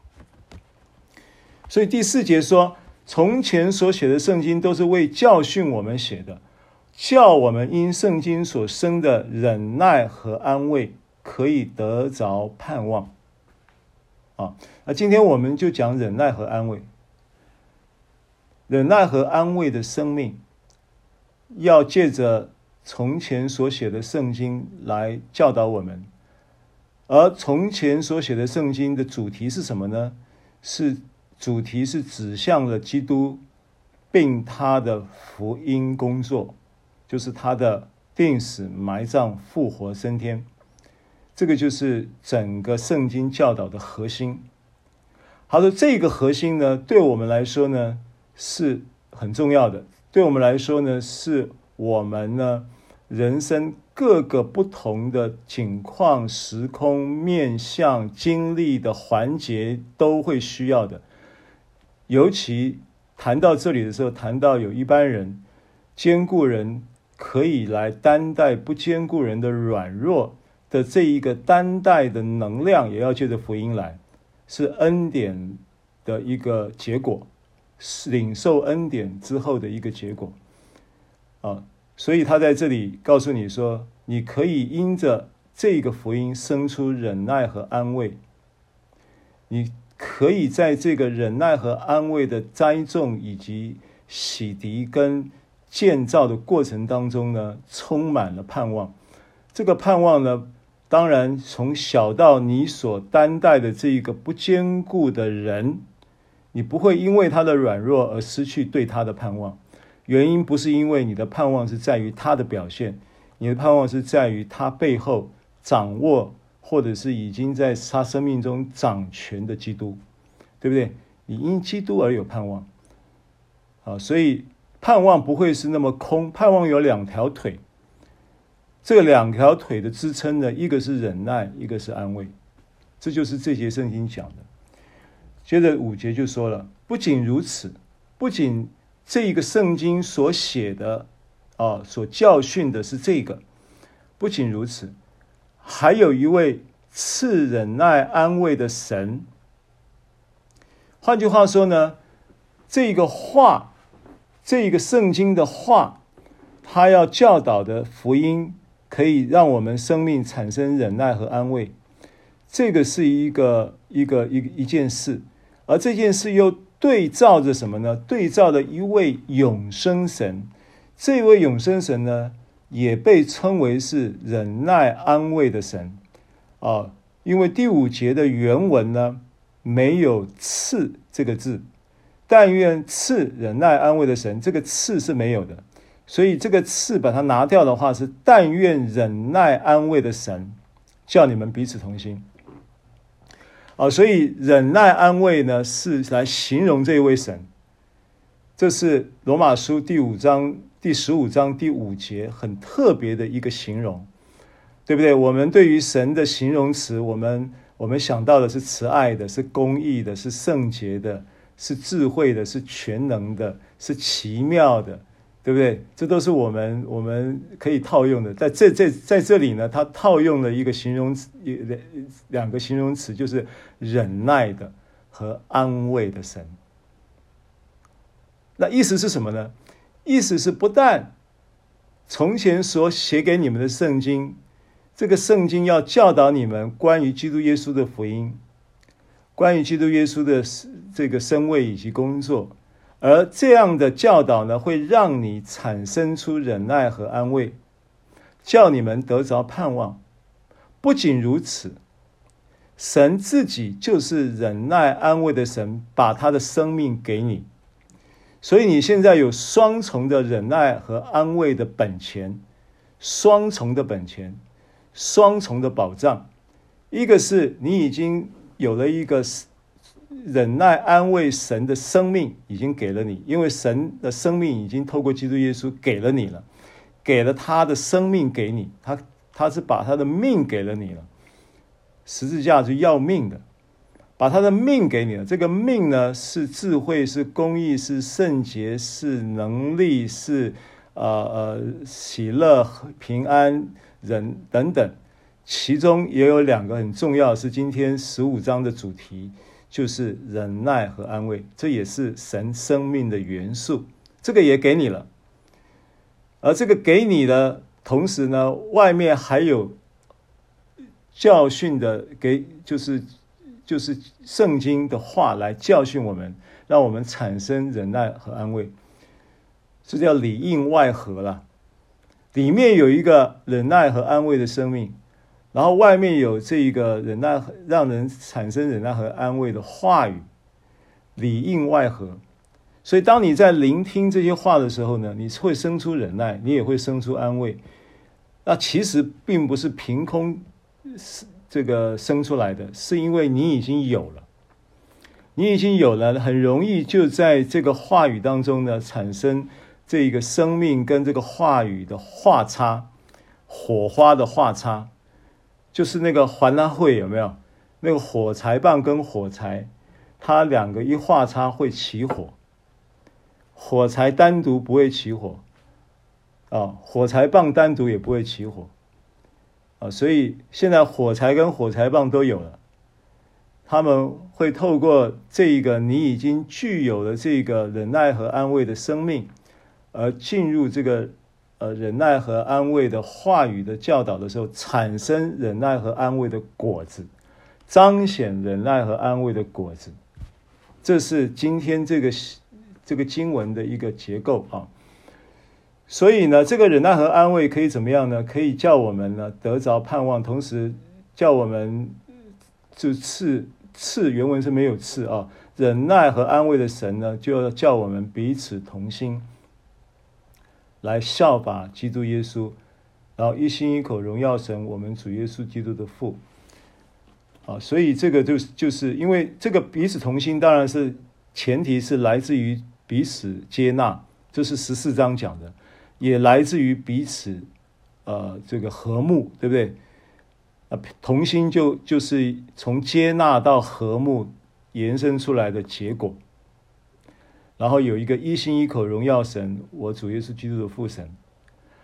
所以第4节说，从前所写的圣经都是为教训我们写的，叫我们因圣经所生的忍耐和安慰，可以得着盼望。那今天我们就讲忍耐和安慰。忍耐和安慰的生命，要借着从前所写的圣经来教导我们。而从前所写的圣经的主题是什么呢？主题是指向了基督并他的福音工作，就是他的定死埋葬复活升天。这个就是整个圣经教导的核心。好的，这个核心呢，对我们来说呢是很重要的，对我们来说呢，是我们呢人生各个不同的境况、时空、面向、经历的环节都会需要的。尤其谈到这里的时候，谈到有一般人、坚固人可以来担待不坚固人的软弱的这一个担待的能量，也要借着福音来，是恩典的一个结果，是领受恩典之后的一个结果所以他在这里告诉你说，你可以因着这个福音生出忍耐和安慰，你可以在这个忍耐和安慰的栽种以及洗涤跟建造的过程当中呢，充满了盼望。这个盼望呢，当然从小到你所担待的这一个不坚固的人，你不会因为他的软弱而失去对他的盼望。原因不是因为你的盼望是在于他的表现，你的盼望是在于他背后掌握或者是已经在他生命中掌权的基督，对不对？你因基督而有盼望所以盼望不会是那么空，盼望有2条腿，这个2条腿的支撑呢，一个是忍耐，一个是安慰。这就是这节圣经讲的。接着5节就说了，不仅如此，不仅这个圣经所写的所教训的是这个。不仅如此，还有一位赐忍耐安慰的神。换句话说呢，这个话，这个圣经的话，它要教导的福音，可以让我们生命产生忍耐和安慰。这个是一件事，而这件事又对照着什么呢？对照着一位永生神。这位永生神呢，也被称为是忍耐安慰的神因为第5节的原文呢，没有赐这个字，但愿赐忍耐安慰的神，这个赐是没有的，所以这个赐把它拿掉的话，是但愿忍耐安慰的神叫你们彼此同心所以忍耐安慰呢，是来形容这一位神。这是罗马书第15章第5节很特别的一个形容，对不对？我们对于神的形容词，我们想到的是慈爱的，是公义的，是圣洁的，是智慧的，是全能的，是奇妙的，对不对？这都是我们可以套用的。在这里呢，他套用了一个形容词，2个形容词，就是忍耐的和安慰的神。那意思是什么呢？意思是不但从前所写给你们的圣经，这个圣经要教导你们关于基督耶稣的福音，关于基督耶稣的这个身位以及工作，而这样的教导呢，会让你产生出忍耐和安慰，叫你们得着盼望。不仅如此，神自己就是忍耐安慰的神，把他的生命给你，所以你现在有双重的忍耐和安慰的本钱，双重的本钱，双重的保障。一个是你已经有了一个忍耐安慰神的生命已经给了你，因为神的生命已经透过基督耶稣给了你了，给了他的生命给你，他是把他的命给了你了，十字架是要命的，把他的命给你了。这个命呢，是智慧，是公义，是圣洁，是能力，是喜乐、平安、忍等等。其中也有2个很重要，是今天15章的主题，就是忍耐和安慰，这也是神生命的元素，这个也给你了。而这个给你的同时呢，外面还有教训的就是圣经的话来教训我们，让我们产生忍耐和安慰，这叫里应外合了。里面有一个忍耐和安慰的生命，然后外面有这一个忍耐，让人产生忍耐和安慰的话语，里应外合。所以当你在聆听这些话的时候呢，你会生出忍耐，你也会生出安慰。那其实并不是凭空这个生出来的，是因为你已经有了，你已经有了，很容易就在这个话语当中呢，产生这个生命跟这个话语的画叉，火花的画叉，就是那个环拉会有没有？那个火柴棒跟火柴，它2个一画叉会起火，火柴单独不会起火火柴棒单独也不会起火所以现在火柴跟火柴棒都有了，他们会透过这个你已经具有了这个忍耐和安慰的生命，而进入这个忍耐和安慰的话语的教导的时候，产生忍耐和安慰的果子，彰显忍耐和安慰的果子。这是今天这个经文的一个结构所以呢，这个忍耐和安慰可以怎么样呢？可以叫我们呢得着盼望，同时叫我们就赐原文是没有赐忍耐和安慰的神呢，就要叫我们彼此同心，来效法基督耶稣，然后一心一口荣耀神我们主耶稣基督的父所以这个就是因为这个彼此同心，当然是前提是来自于彼此接纳，这是14章讲的，也来自于彼此这个和睦，对不对？同心就是从接纳到和睦延伸出来的结果。然后有一个一心一口荣耀神我主耶稣基督的父神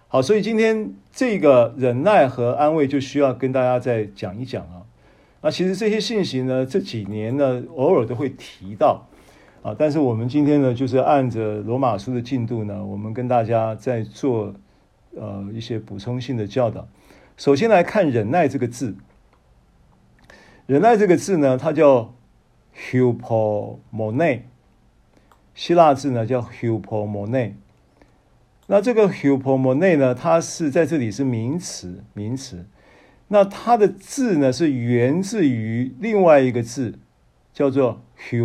好，所以今天这个忍耐和安慰就需要跟大家再讲一讲啊。那其实这些信息呢，这几年呢偶尔都会提到啊，但是我们今天呢就是按着罗马书的进度呢，我们跟大家在做一些补充性的教导。首先来看忍耐这个字，忍耐这个字呢，它叫 hupomone， 希腊字呢叫 hupomone。那这个 hupomone 呢，它是在这里是名词。那它的字呢是源自于另外一个字，叫做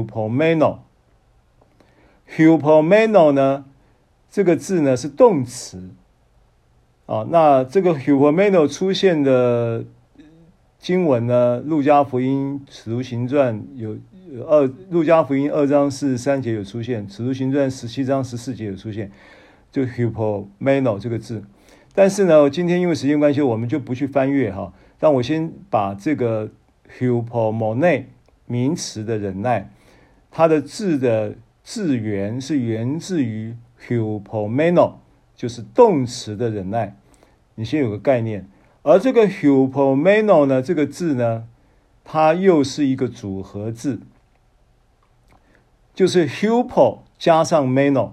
hupomeno。hupomeno 呢，这个字呢是动词啊。那这个 hupomeno 出现的经文呢，路加福音、使徒行传路加福音2章43节有出现，使徒行传17章14节有出现。就 hupomeno 这个字，但是呢，今天因为时间关系，我们就不去翻阅哈。但我先把这个 hupomone 名词的忍耐，它的字的字源是源自于 hupomeno， 就是动词的忍耐。你先有个概念。而这个 hupomeno 呢，这个字呢，它又是一个组合字，就是 hupo 加上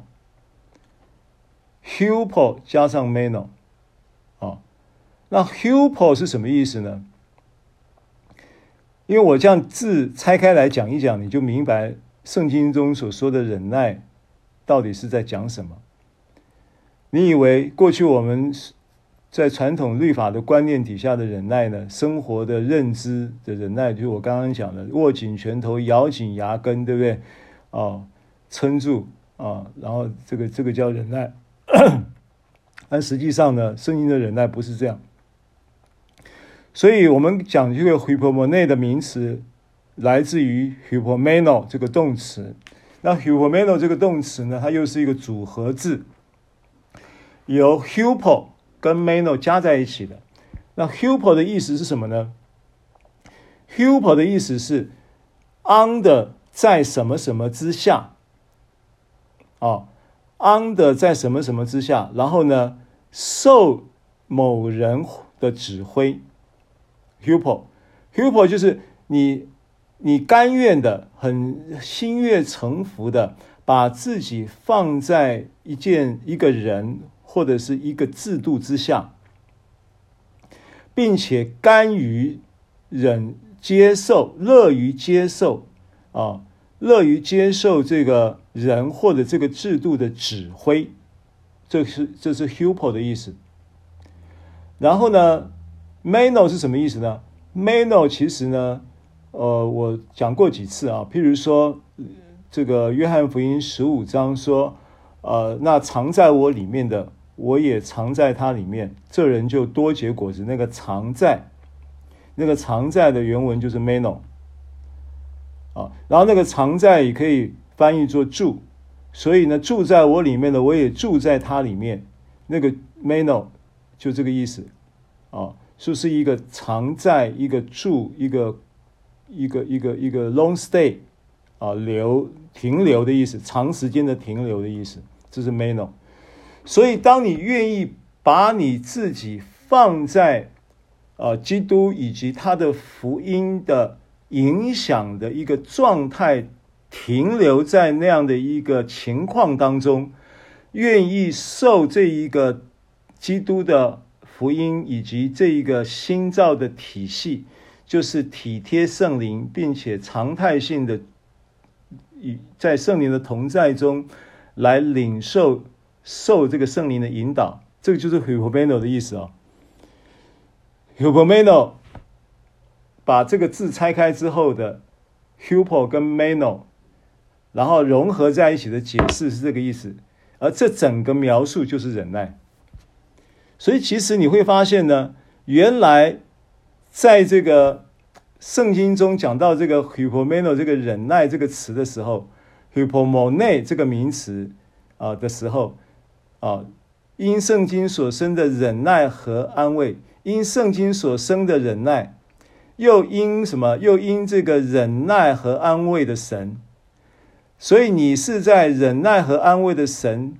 meno。hupo 加上 meno 啊，那 hupo 是什么意思呢？因为我这样字拆开来讲一讲，你就明白圣经中所说的忍耐到底是在讲什么。你以为过去我们在传统律法的观念底下的忍耐呢，生活的认知的忍耐，就是我刚刚讲的握紧拳头、咬紧牙根，对不对？撑住然后这个叫忍耐。但实际上呢，圣经的忍耐不是这样。所以我们讲这个 hupomone 的名词来自于 hupomeno 这个动词。那 hupomeno 这个动词呢，它又是一个组合字，由 hupo 跟 meno 加在一起的。那 hupo 的意思是什么呢？ hupo 的意思是 under 在什么什么之下under 在什么什么之下，然后呢，受某人的指挥。hupo 就是你甘愿的、很心悦诚服的，把自己放在一个人或者是一个制度之下，并且甘于接受、乐于接受这个人或者这个制度的指挥，这是 hupo 的意思。然后呢 meno 是什么意思呢？ meno 其实呢我讲过几次譬如说这个约翰福音15章说那藏在我里面的，我也藏在他里面，这人就多结果子。那个藏在的原文就是 meno然后那个藏在也可以翻译作住，所以呢，住在我里面的，我也住在他里面。那个 meno 就这个意思就是一个藏在、一个住、一个 long stay 停留的意思，长时间的停留的意思，这是 meno。所以当你愿意把你自己放在基督以及他的福音的影响的一个状态，停留在那样的一个情况当中，愿意受这一个基督的福音以及这一个新造的体系，就是体贴圣灵，并且常态性的在圣灵的同在中来领受这个圣灵的引导，这个就是 hupomeno 的意思hupomeno 把这个字拆开之后的 hupo 跟 meno， 然后融合在一起的解释是这个意思，而这整个描述就是忍耐。所以其实你会发现呢，原来在这个圣经中讲到这个 hupomeno 这个忍耐这个词的时候， hupomone 这个名词的时候因圣经所生的忍耐和安慰，因圣经所生的忍耐，又因什么？又因这个忍耐和安慰的神。所以你是在忍耐和安慰的神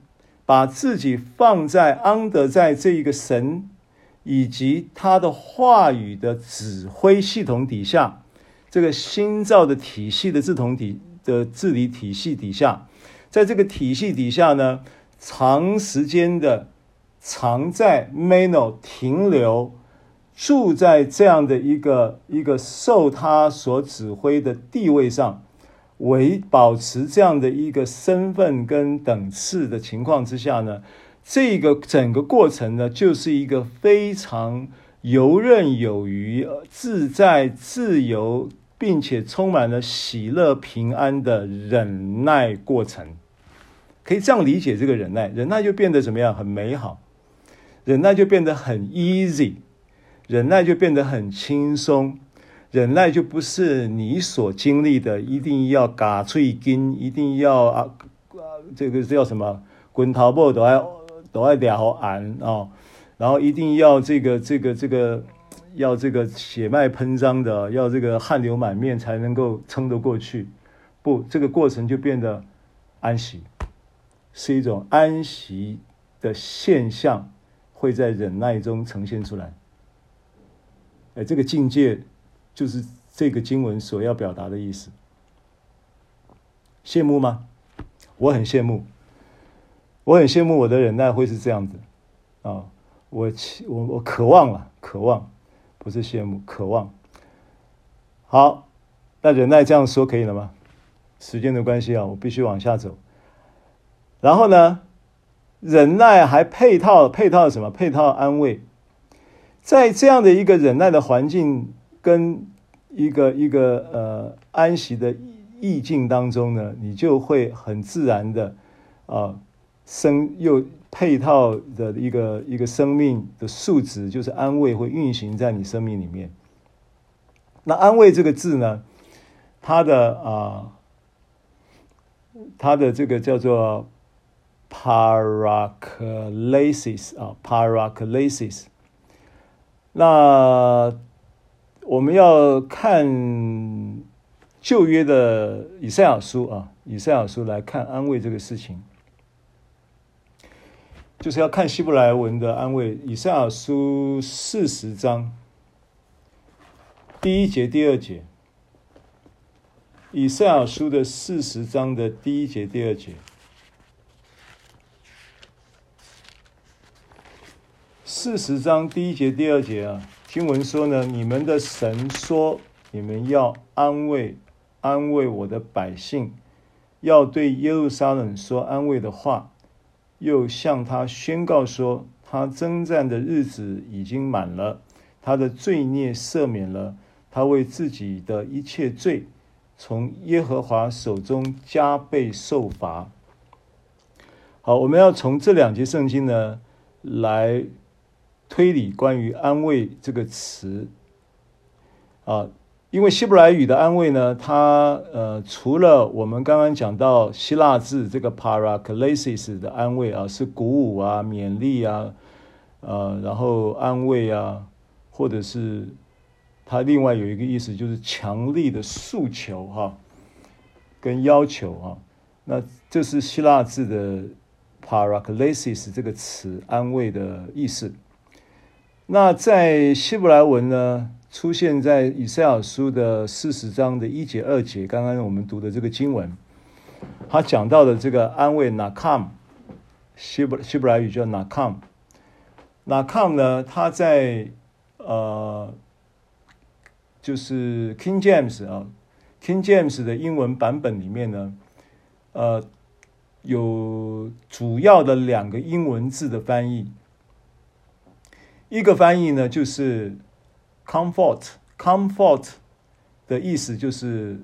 把自己放在under在这一个神以及他的话语的指挥系统底下，这个新造的体系的治理体系底下，在这个体系底下呢，长时间的常在 meno 停留，住在这样的一个受他所指挥的地位上，保持这样的一个身份跟等次的情况之下呢，这个整个过程呢，就是一个非常游刃有余、自在、自由，并且充满了喜乐、平安的忍耐过程。可以这样理解这个忍耐，忍耐就变得怎么样？很美好，忍耐就变得很 easy， 忍耐就变得很轻松，忍耐就不是你所经历的一定要嘎脆筋，一定要这个叫什么滚头部都要了安哦，然后一定要这个要这个血脉喷张的，要这个汗流满面才能够撑得过去。不，这个过程就变得安息，是一种安息的现象，会在忍耐中呈现出来。这个境界就是这个经文所要表达的意思。羡慕吗？我很羡慕，我很羡慕我的忍耐会是这样子啊！我渴望了，渴望不是羡慕，渴望。好，那忍耐这样说可以了吗？时间的关系啊，我必须往下走。然后呢，忍耐还配套什么？配套安慰。在这样的一个忍耐的环境跟一个安息的意境当中呢，你就会很自然的又配套的一个生命的素质，就是安慰会运行在你生命里面。那安慰这个字呢，它的这个叫做 paraklesis。那我们要看旧约的以赛亚书来看安慰这个事情，就是要看希伯来文的安慰。以赛亚书40章第1节第2节，以赛亚书的40章的第1节第2节。40章第1节第2节啊，经文说呢，你们的神说，你们要安慰我的百姓，要对耶路撒冷说安慰的话，又向他宣告说，他征战的日子已经满了，他的罪孽赦免了，他为自己的一切罪从耶和华手中加倍受罚。好，我们要从这2节圣经呢来推理关于安慰这个词因为希伯来语的安慰呢，它除了我们刚刚讲到希腊字这个 paraklesis 的安慰是鼓舞勉励然后安慰或者是它另外有一个意思就是强力的诉求跟要求那这是希腊字的 paraklesis 这个词安慰的意思。那在希伯来文呢，出现在以赛亚书的40章的1节2节，刚刚我们读的这个经文，他讲到的这个安慰 nakam， 希伯来语叫 nakam 呢，它在就是 King James 的英文版本里面呢，有主要的2个英文字的翻译。一个翻译呢就是 comfort 的意思就是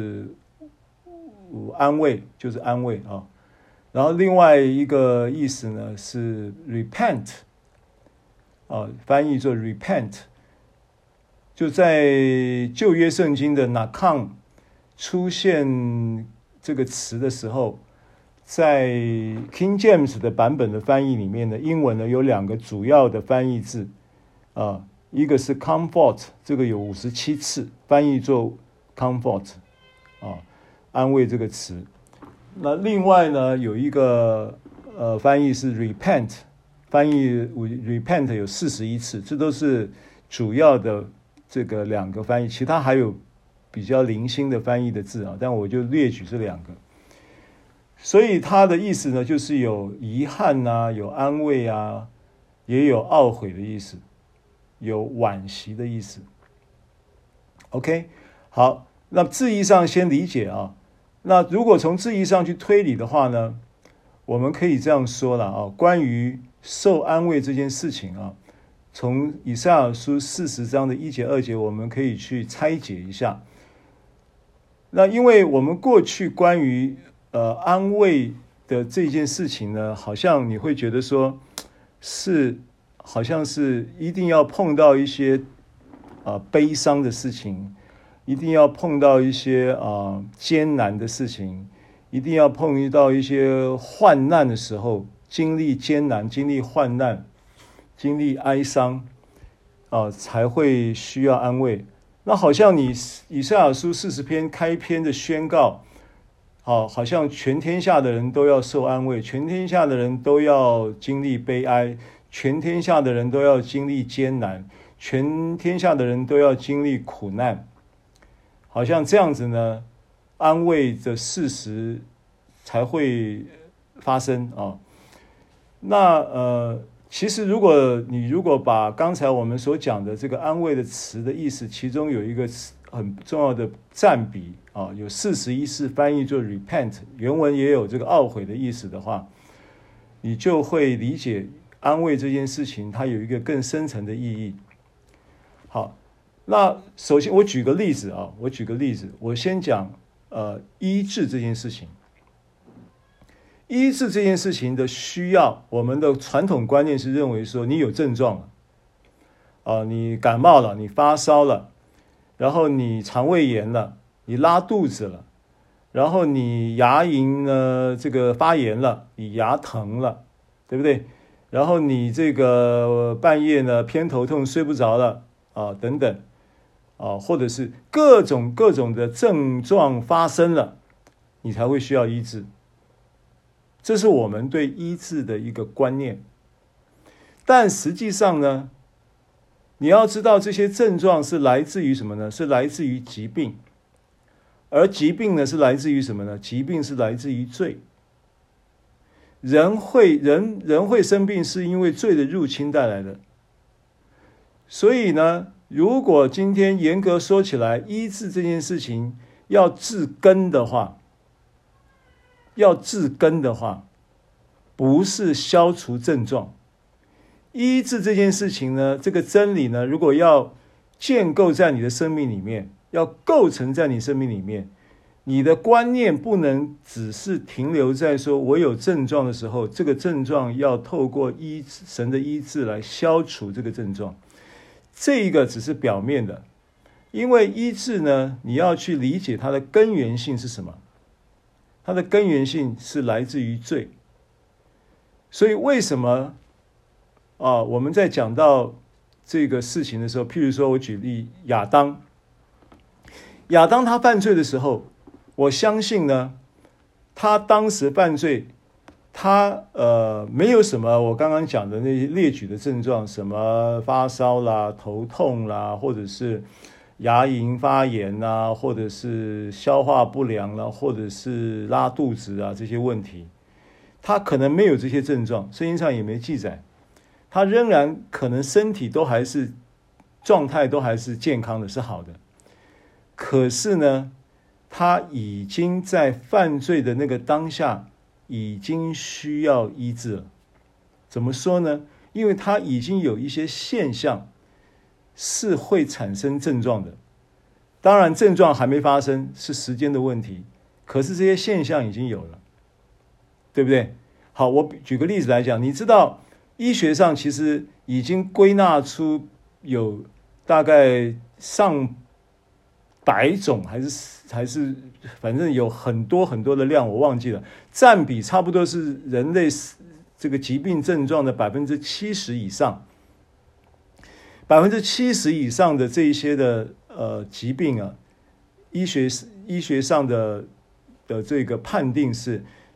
安慰，就是安慰然后另外一个意思呢是 repent 翻译作 repent。就在旧约圣经的 nakam 出现这个词的时候，在 King James 的版本的翻译里面呢，英文呢有2个主要的翻译字一个是 comfort， 这个有57次翻译作 comfort 安慰这个词。那另外呢有一个翻译是 repent， 翻译 repent 有41次，这都是主要的这个2个翻译，其他还有比较零星的翻译的字啊，但我就列举这2个。所以它的意思呢，就是有遗憾啊，有安慰啊，也有懊悔的意思，有惋惜的意思。OK， 好，那字义上先理解啊。那如果从字义上去推理的话呢，我们可以这样说了啊，关于受安慰这件事情啊，从以赛亚书40章的1节2节，我们可以去拆解一下。那因为我们过去关于安慰的这件事情呢，好像你会觉得说好像是一定要碰到一些悲伤的事情，一定要碰到一些艰难的事情，一定要碰到一些患难的时候，经历艰难，经历患难，经历哀伤才会需要安慰。那好像你以赛亚书40篇开篇的宣告，好像全天下的人都要受安慰，全天下的人都要经历悲哀，全天下的人都要经历艰难，全天下的人都要经历苦难，好像这样子呢，安慰的事实才会发生啊。那其实如果把刚才我们所讲的这个安慰的词的意思，其中有一个很重要的占比啊，有41次翻译做 repent， 原文也有这个懊悔的意思的话，你就会理解安慰这件事情它有一个更深层的意义。好，那首先我举个例子，我先讲医治这件事情。医治这件事情的需要，我们的传统观念是认为说，你有症状了，你感冒了，你发烧了，然后你肠胃炎了，你拉肚子了，然后你牙龈呢这个发炎了，你牙疼了，对不对？然后你这个半夜呢偏头痛睡不着了等等或者是各种的症状发生了，你才会需要医治。这是我们对医治的一个观念，但实际上呢，你要知道这些症状是来自于什么呢？是来自于疾病，而疾病呢是来自于什么呢？疾病是来自于罪。人会生病是因为罪的入侵带来的。所以呢，如果今天严格说起来，医治这件事情要治根的话，不是消除症状。医治这件事情呢，这个真理呢，如果要建构在你的生命里面，要构成在你生命里面，你的观念不能只是停留在说我有症状的时候，这个症状要透过神的医治来消除这个症状，这一个只是表面的。因为医治呢，你要去理解它的根源性是什么，它的根源性是来自于罪。所以为什么我们在讲到这个事情的时候，譬如说我举例亚当他犯罪的时候，我相信呢，他当时犯罪，他没有什么我刚刚讲的那些列举的症状，什么发烧啦、头痛啦，或者是牙龈发炎啦，或者是消化不良啦，或者是拉肚子啊，这些问题，他可能没有这些症状，圣经上也没记载，他仍然可能身体都还是状态都还是健康的，是好的。可是呢，他已经在犯罪的那个当下已经需要医治了。怎么说呢？因为他已经有一些现象是会产生症状的，当然症状还没发生，是时间的问题，可是这些现象已经有了，对不对？好，我举个例子来讲，你知道医学上其实已经归纳出有大概上百种，还是反正有很多的量，我忘记了，占比差不多是人类这个疾病症状的70%以上，70%以上的这一些的疾病啊，医学上的这个判定是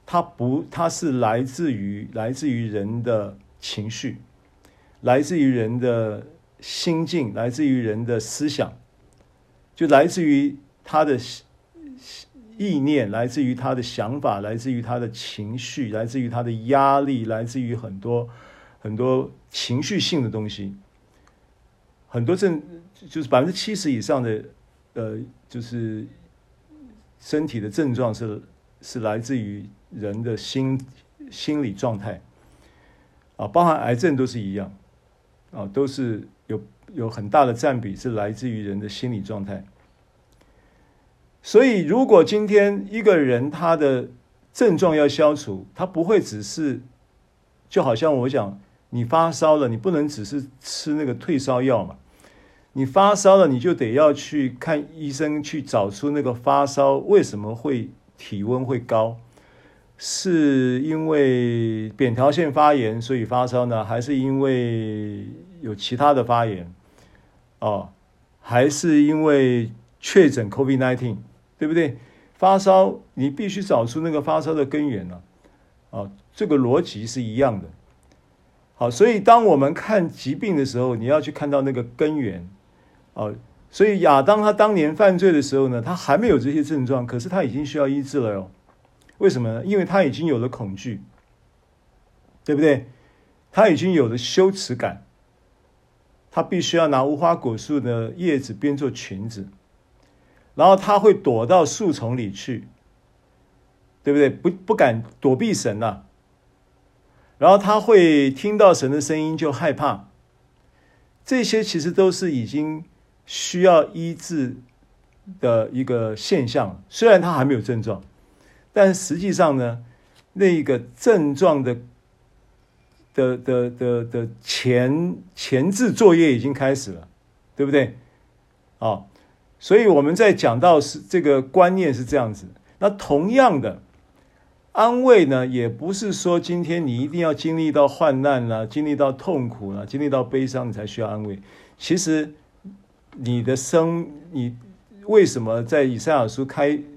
它是来自于人的情绪，来自于人的心境，来自于人的思想，就来自于他的意念，来自于他的想法，来自于他的情绪，来自于他的压力，来自于很多情绪性的东西。很多就是70%以上的就是身体的症状是来自于人的心理状态啊，包含癌症都是一样啊，都是有很大的占比是来自于人的心理状态。所以如果今天一个人他的症状要消除，他不会只是就好像我讲你发烧了，你不能只是吃那个退烧药嘛，你发烧了你就得要去看医生，去找出那个发烧为什么会体温会高，是因为扁桃腺发炎所以发烧呢，还是因为有其他的发炎还是因为确诊 COVID-19， 对不对？发烧你必须找出那个发烧的根源这个逻辑是一样的。好，所以当我们看疾病的时候，你要去看到那个根源所以亚当他当年犯罪的时候呢，他还没有这些症状，可是他已经需要医治了哟。为什么呢？因为他已经有了恐惧，对不对？他已经有了羞耻感，他必须要拿无花果树的叶子编做裙子，然后他会躲到树丛里去，对不对？不敢躲避神啊。然后他会听到神的声音就害怕，这些其实都是已经需要医治的一个现象。虽然他还没有症状，但实际上呢，那个症状的前置作业已经开始了，对不对？所以我们在讲到这个观念是这样子。那同样的安慰呢，也不是说今天你一定要经历到患难啦，经历到痛苦啦，经历到悲伤你才需要安慰。其实你为什么在以赛亚书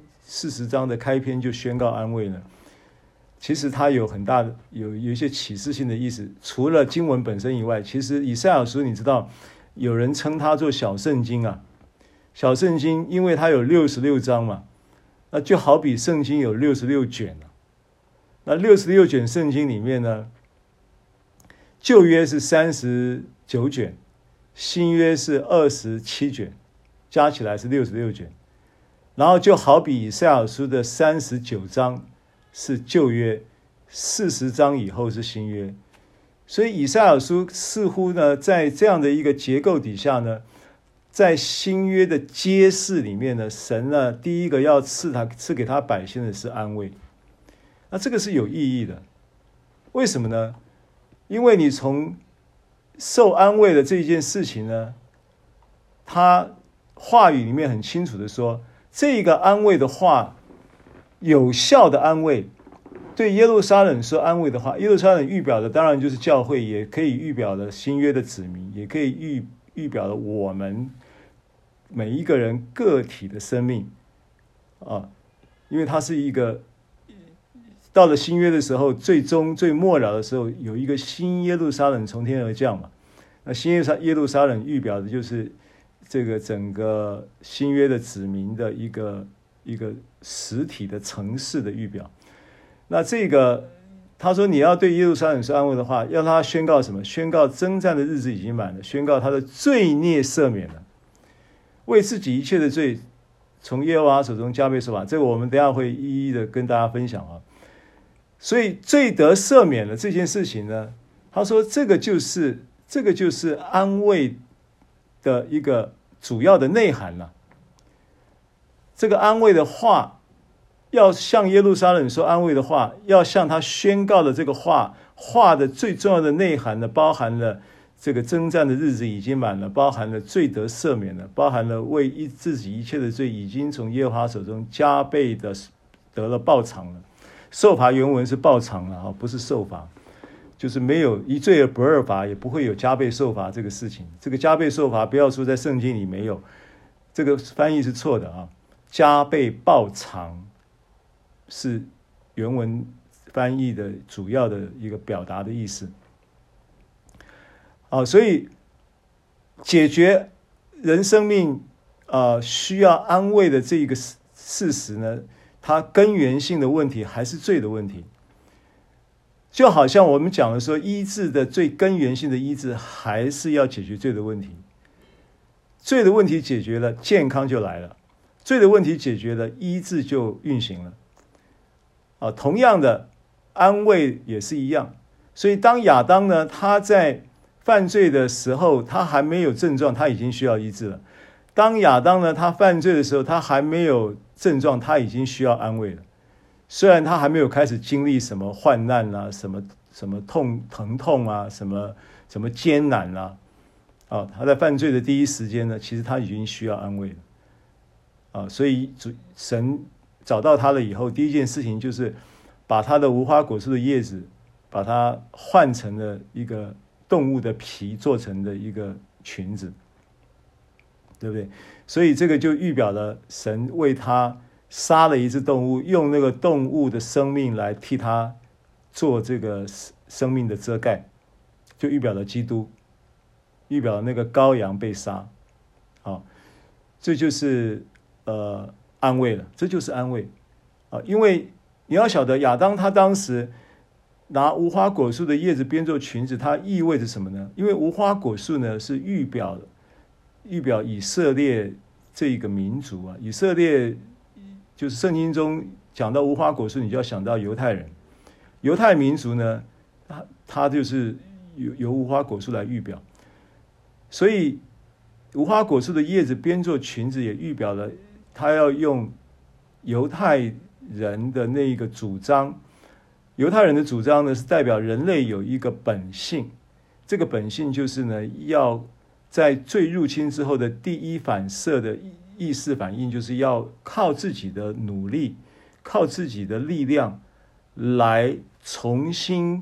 40章的开篇就宣告安慰呢？其实它有很大的有一些启示性的意思。除了经文本身以外，其实以赛亚书你知道有人称它做小圣经啊，小圣经因为它有66章嘛，那就好比圣经有66卷那66卷圣经里面呢，旧约是39卷，新约是27卷，加起来是66卷。然后就好比以赛亚书的39章是旧约，40章以后是新约。所以以赛亚书似乎呢，在这样的一个结构底下呢，在新约的揭示里面呢，神呢第一个要赐给他百姓的是安慰。那这个是有意义的，为什么呢？因为你从受安慰的这件事情呢，他话语里面很清楚的说，这个安慰的话，有效的安慰，对耶路撒冷说安慰的话，耶路撒冷预表的当然就是教会，也可以预表的新约的子民，也可以预表的我们每一个人个体的生命因为它是一个到了新约的时候，最末了的时候，有一个新耶路撒冷从天而降嘛。那新耶路撒冷预表的就是这个整个新约的子民的一个实体的城市的预表。那这个他说你要对耶路撒冷说安慰的话，要他宣告什么？宣告征战的日子已经满了，宣告他的罪孽赦免了，为自己一切的罪从耶和华手中加倍受罚。这个我们等一下会一一的跟大家分享所以罪得赦免了这件事情呢，他说这个就是安慰的一个主要的内涵了。这个安慰的话，要向耶路撒冷说安慰的话，要向他宣告的这个话的最重要的内涵呢，包含了这个征战的日子已经满了，包含了罪得赦免了，包含了为自己一切的罪已经从耶和华手中加倍的得了报偿了。受罚原文是报偿了不是受罚，就是没有一罪而不二罚，也不会有加倍受罚这个事情。这个加倍受罚不要说在圣经里没有，这个翻译是错的加倍报偿是原文翻译的主要的一个表达的意思。所以解决人生命需要安慰的这个事实呢，它根源性的问题还是罪的问题。就好像我们讲的说，医治的最根源性的医治还是要解决罪的问题。罪的问题解决了，健康就来了；罪的问题解决了，医治就运行了。同样的，安慰也是一样。所以当亚当呢，他在犯罪的时候，他还没有症状，他已经需要医治了。当亚当呢，他犯罪的时候，他还没有症状，他已经需要安慰了。虽然他还没有开始经历什么患难啊，什么疼痛啊，什么艰难啊，他在犯罪的第一时间呢，其实他已经需要安慰了。所以神找到他了以后，第一件事情就是把他的无花果树的叶子，把它换成了一个动物的皮做成的一个裙子，对不对？所以这个就预表了神为他杀了一只动物，用那个动物的生命来替他做这个生命的遮盖，就预表了基督，预表了那个羔羊被杀。这就是安慰了，这就是安慰。因为你要晓得，亚当他当时拿无花果树的叶子编做裙子，它意味着什么呢？因为无花果树呢是预表以色列这个民族啊。以色列就是圣经中讲到无花果树，你就要想到犹太人。犹太民族呢，它就是由无花果树来预表。所以无花果树的叶子编做裙子，也预表了他要用犹太人的那个主张。犹太人的主张呢，是代表人类有一个本性，这个本性就是呢，要在罪入侵之后的第一反射的意识反应，就是要靠自己的努力，靠自己的力量来重新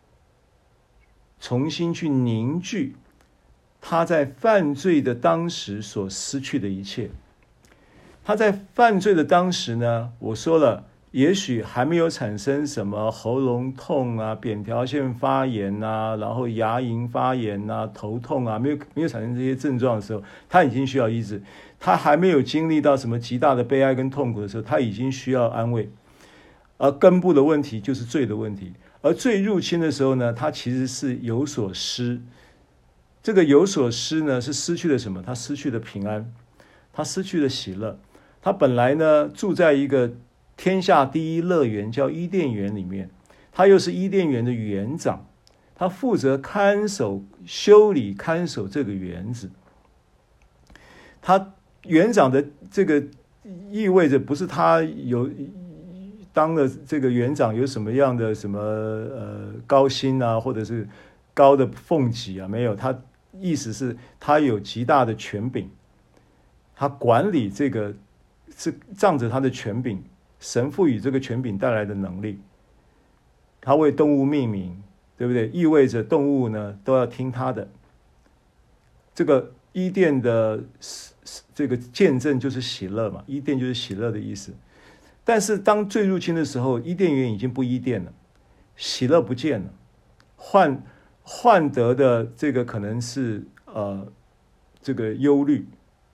去凝聚他在犯罪的当时所失去的一切。他在犯罪的当时呢，我说了，也许还没有产生什么喉咙痛啊、扁桃腺发炎啊，然后牙龈发炎啊、头痛啊，没有产生这些症状的时候，他已经需要医治。他还没有经历到什么极大的悲哀跟痛苦的时候，他已经需要安慰。而根部的问题就是罪的问题。而罪入侵的时候呢，他其实是有所失。这个有所失呢，是失去了什么？他失去了平安，他失去了喜乐。他本来呢，住在一个天下第一乐园叫伊甸园里面，他又是伊甸园的园长，他负责修理看守这个园子。他园长的这个意味着不是他当了这个园长有什么样的高薪啊，或者是高的俸级啊，没有。他意思是他有极大的权柄，他管理这个是仗着他的权柄，神赋予这个权柄带来的能力。他为动物命名，对不对？意味着动物呢都要听他的。这个伊甸的这个见证就是喜乐嘛，伊甸就是喜乐的意思。但是当罪入侵的时候，伊甸园已经不伊甸了，喜乐不见了，换得的这个可能是这个忧虑，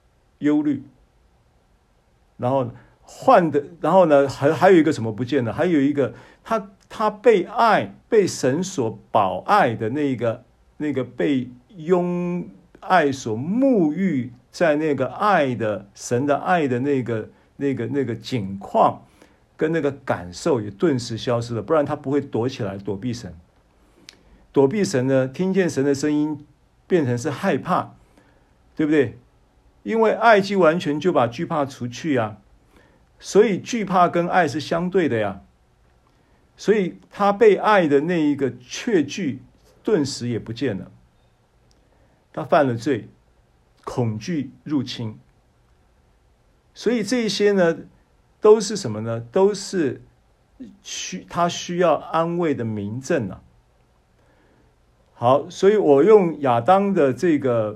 然后呢还有一个什么不见了？还有一个他被神所保爱的那个被拥爱所沐浴在那个神的爱的那个景况跟那个感受也顿时消失了。不然他不会躲起来躲避神。躲避神呢，听见神的声音变成是害怕，对不对？因为爱既完全，就把惧怕除去啊。所以惧怕跟爱是相对的呀。所以他被爱的那一个确据顿时也不见了。他犯了罪，恐惧入侵。所以这些呢都是什么呢？都是他需要安慰的明证啊。好，所以我用亚当的这个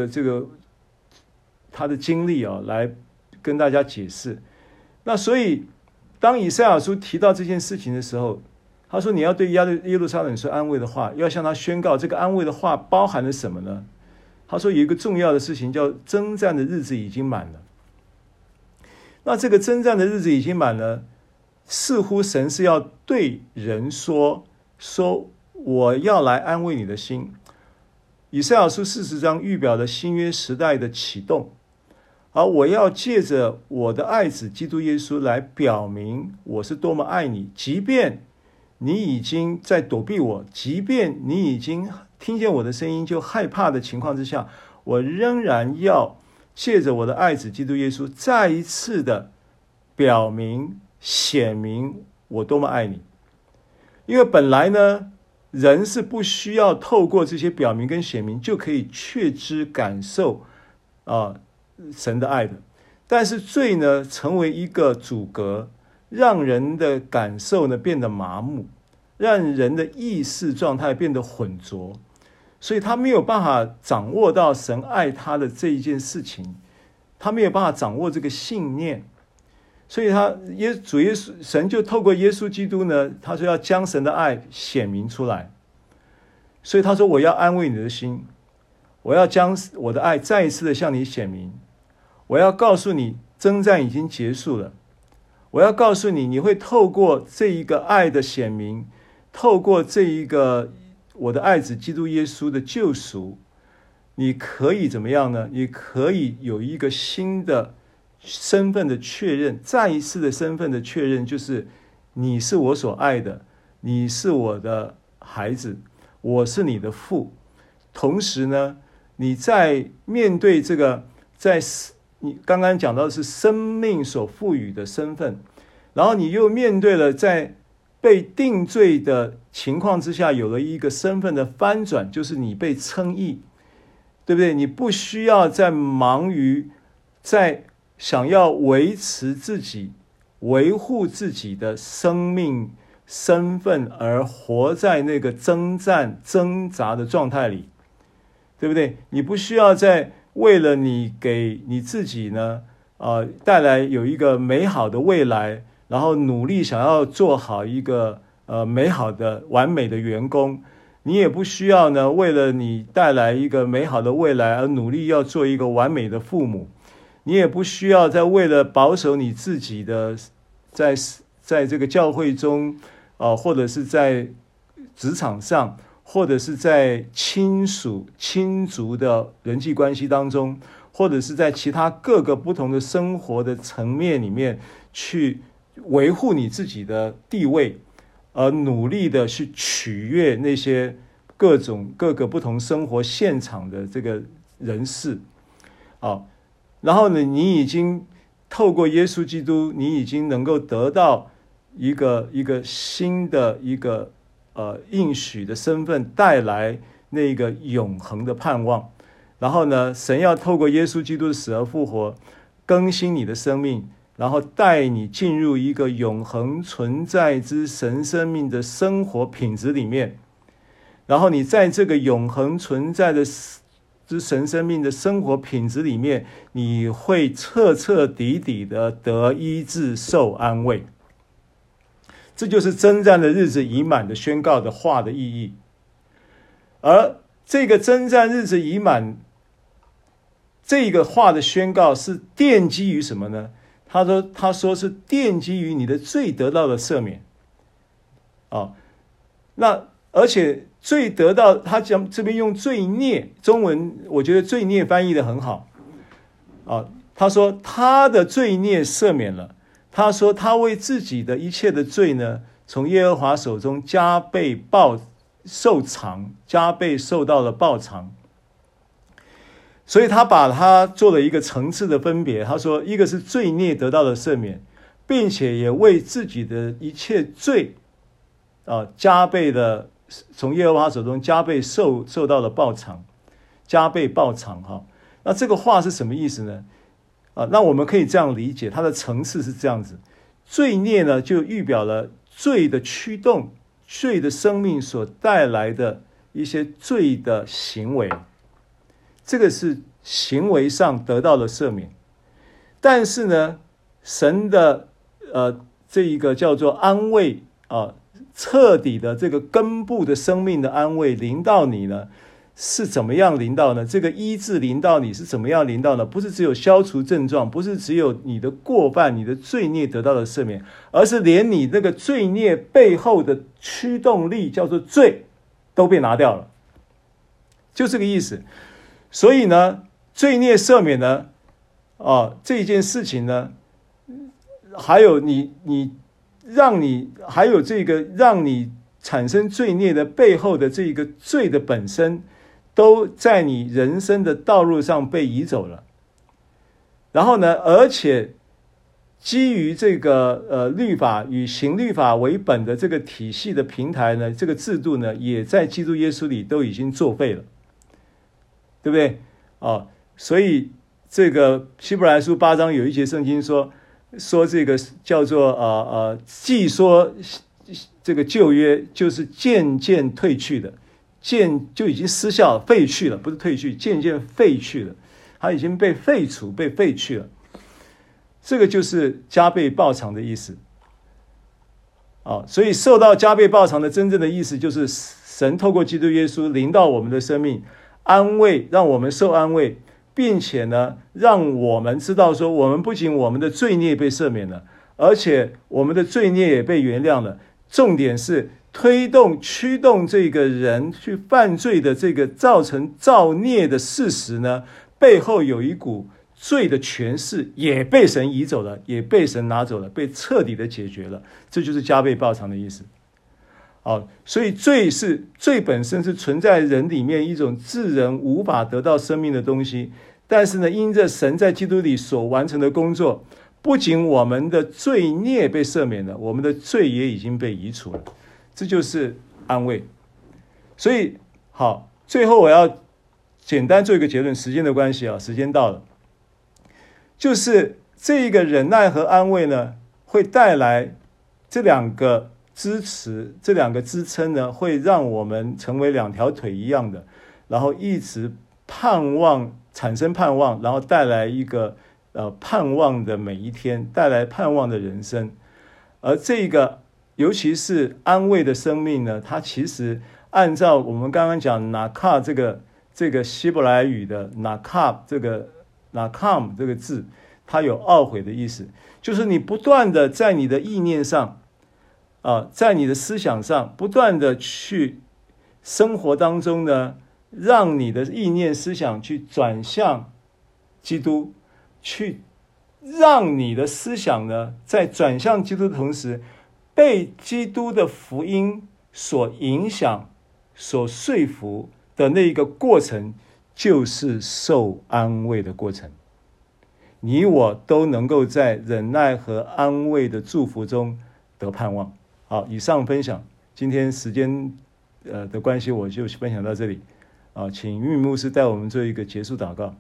他的经历啊，来跟大家解释。那所以当以赛亚书提到这件事情的时候，他说你要对耶路撒冷说安慰的话，要向他宣告。这个安慰的话包含了什么呢？他说有一个重要的事情叫征战的日子已经满了。那这个征战的日子已经满了，似乎神是要对人说我要来安慰你的心。以赛亚书40章预表了新约时代的启动，而我要借着我的爱子基督耶稣来表明我是多么爱你，即便你已经在躲避我，即便你已经听见我的声音就害怕的情况之下，我仍然要借着我的爱子基督耶稣再一次的表明显明我多么爱你。因为本来呢，人是不需要透过这些表明跟显明就可以确知感受神的爱的，但是罪呢成为一个阻隔，让人的感受呢变得麻木，让人的意识状态变得混浊，所以他没有办法掌握到神爱他的这一件事情，他没有办法掌握这个信念，所以主耶稣神就透过耶稣基督呢，他说要将神的爱显明出来。所以他说我要安慰你的心，我要将我的爱再一次的向你显明，我要告诉你征战已经结束了，我要告诉你，你会透过这一个爱的显明，透过这一个我的爱子基督耶稣的救赎，你可以怎么样呢？你可以有一个新的身份的确认，再一次的身份的确认，就是你是我所爱的，你是我的孩子，我是你的父。同时呢，你在面对这个你刚刚讲到的是生命所赋予的身份，然后你又面对了在被定罪的情况之下有了一个身份的翻转，就是你被称义，对不对？你不需要再忙于在想要维持自己维护自己的生命身份而活在那个征战挣扎的状态里，对不对？你不需要再为了你给你自己呢带来有一个美好的未来，然后努力想要做好一个美好的完美的员工，你也不需要呢为了你带来一个美好的未来而努力要做一个完美的父母，你也不需要再为了保守你自己的在这个教会中或者是在职场上，或者是在亲族的人际关系当中，或者是在其他各个不同的生活的层面里面去维护你自己的地位，而努力的去取悦那些各个不同生活现场的这个人士然后呢，你已经透过耶稣基督，你已经能够得到一个新的一个应许的身份，带来那个永恒的盼望。然后呢，神要透过耶稣基督的死而复活，更新你的生命，然后带你进入一个永恒存在之神生命的生活品质里面。然后你在这个永恒存在的之神生命的生活品质里面，你会彻彻底底的得医治受安慰。这就是征战的日子已满的宣告的话的意义。而这个征战日子已满这个话的宣告是奠基于什么呢？他说是奠基于你的罪得到了赦免那而且罪得到，他讲这边用罪孽，中文我觉得罪孽翻译的很好他说他的罪孽赦免了，他说他为自己的一切的罪呢，从耶和华手中加倍受到了报偿。所以他把它做了一个层次的分别，他说一个是罪孽得到了赦免，并且也为自己的一切罪加倍的从耶和华手中加倍受到了报偿，加倍报偿那这个话是什么意思呢？那我们可以这样理解，它的层次是这样子。罪孽呢，就预表了罪的驱动，罪的生命所带来的一些罪的行为，这个是行为上得到了赦免。但是呢，神的这一个叫做安慰彻底的这个根部的生命的安慰临到你呢，是怎么样临到呢？这个医治临到你是怎么样临到呢？不是只有消除症状，不是只有你的过犯、你的罪孽得到了赦免，而是连你那个罪孽背后的驱动力叫做罪都被拿掉了，就这个意思。所以呢，罪孽赦免呢，这件事情呢，还有还有这个让你产生罪孽的背后的这个罪的本身，都在你人生的道路上被移走了。然后呢，而且基于这个律法与行律法为本的这个体系的平台呢，这个制度呢，也在基督耶稣里都已经作废了，对不对？所以这个希伯来书8章有一节圣经说这个叫做既说这个旧约就是渐渐退去的，就已经失效废去了，不是退去，渐渐废去了，它已经被废除被废去了。这个就是加倍报偿的意思。所以受到加倍报偿的真正的意思就是神透过基督耶稣临到我们的生命，安慰，让我们受安慰，并且呢，让我们知道说，我们不仅我们的罪孽被赦免了，而且我们的罪孽也被原谅了。重点是驱动这个人去犯罪的这个造成造孽的事实呢，背后有一股罪的权势也被神移走了，也被神拿走了，被彻底的解决了。这就是加倍报偿的意思。所以罪本身是存在人里面一种自人无法得到生命的东西，但是呢，因着神在基督里所完成的工作，不仅我们的罪孽被赦免了，我们的罪也已经被移除了。这就是安慰。所以好，最后我要简单做一个结论，时间的关系时间到了，就是这个忍耐和安慰呢，会带来这两个支持，这两个支撑呢，会让我们成为两条腿一样的，然后一直盼望，产生盼望，然后带来一个盼望的每一天，带来盼望的人生。而这个尤其是安慰的生命呢，它其实按照我们刚刚讲拿卡这个希伯来语的拿卡这个拿卡姆这个字，它有懊悔的意思，就是你不断的在你的意念上在你的思想上不断的去生活当中呢，让你的意念思想去转向基督，去让你的思想呢，在转向基督的同时，被基督的福音所影响、所说服的那一个过程，就是受安慰的过程。你我都能够在忍耐和安慰的祝福中得盼望。好，以上分享，今天时间的关系，我就分享到这里。请玉牧师带我们做一个结束祷告。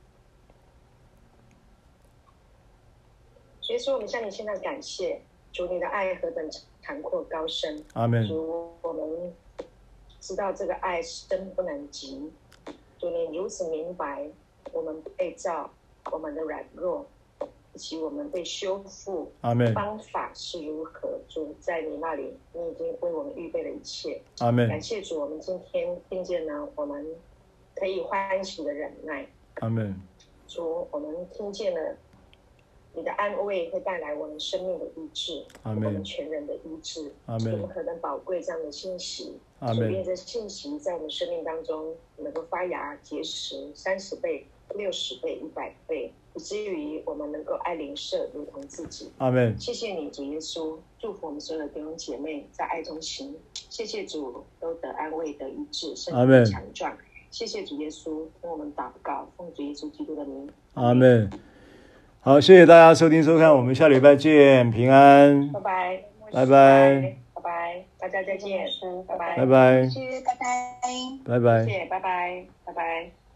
所以说，我们向你献上感谢，主你的爱何等长阔高深。 阿们。 主，我们知道这个爱深不能及。主你如此明白我们被造，我们的软弱，以及我们被修复方法是如何。主，在你那里，你已经为我们预备了一切。 阿们。 感谢主，我们今天听见了我们可以欢喜的忍耐。 阿们。 主，我们听见了你的安慰会带来我们生命的医治，我们全人的医治。我们何等宝贵这样的信息，主，愿这信息在我们生命当中能够发芽结实30倍、60倍、100倍，以至于我们能够爱邻舍如同自己。 阿们。 谢谢你，主耶稣，祝福我们所有的弟兄姐妹在爱中行。谢谢主，都得安慰得医治，身体强壮。谢谢主耶稣，听我们祷告，奉主耶稣基督的名。 阿们。好，谢谢大家收听收看，我们下礼拜见，平安， 拜拜， 拜拜， 拜拜，大家再见，拜拜， 拜拜， 谢谢，拜拜， 拜拜， 谢谢，拜拜，拜拜。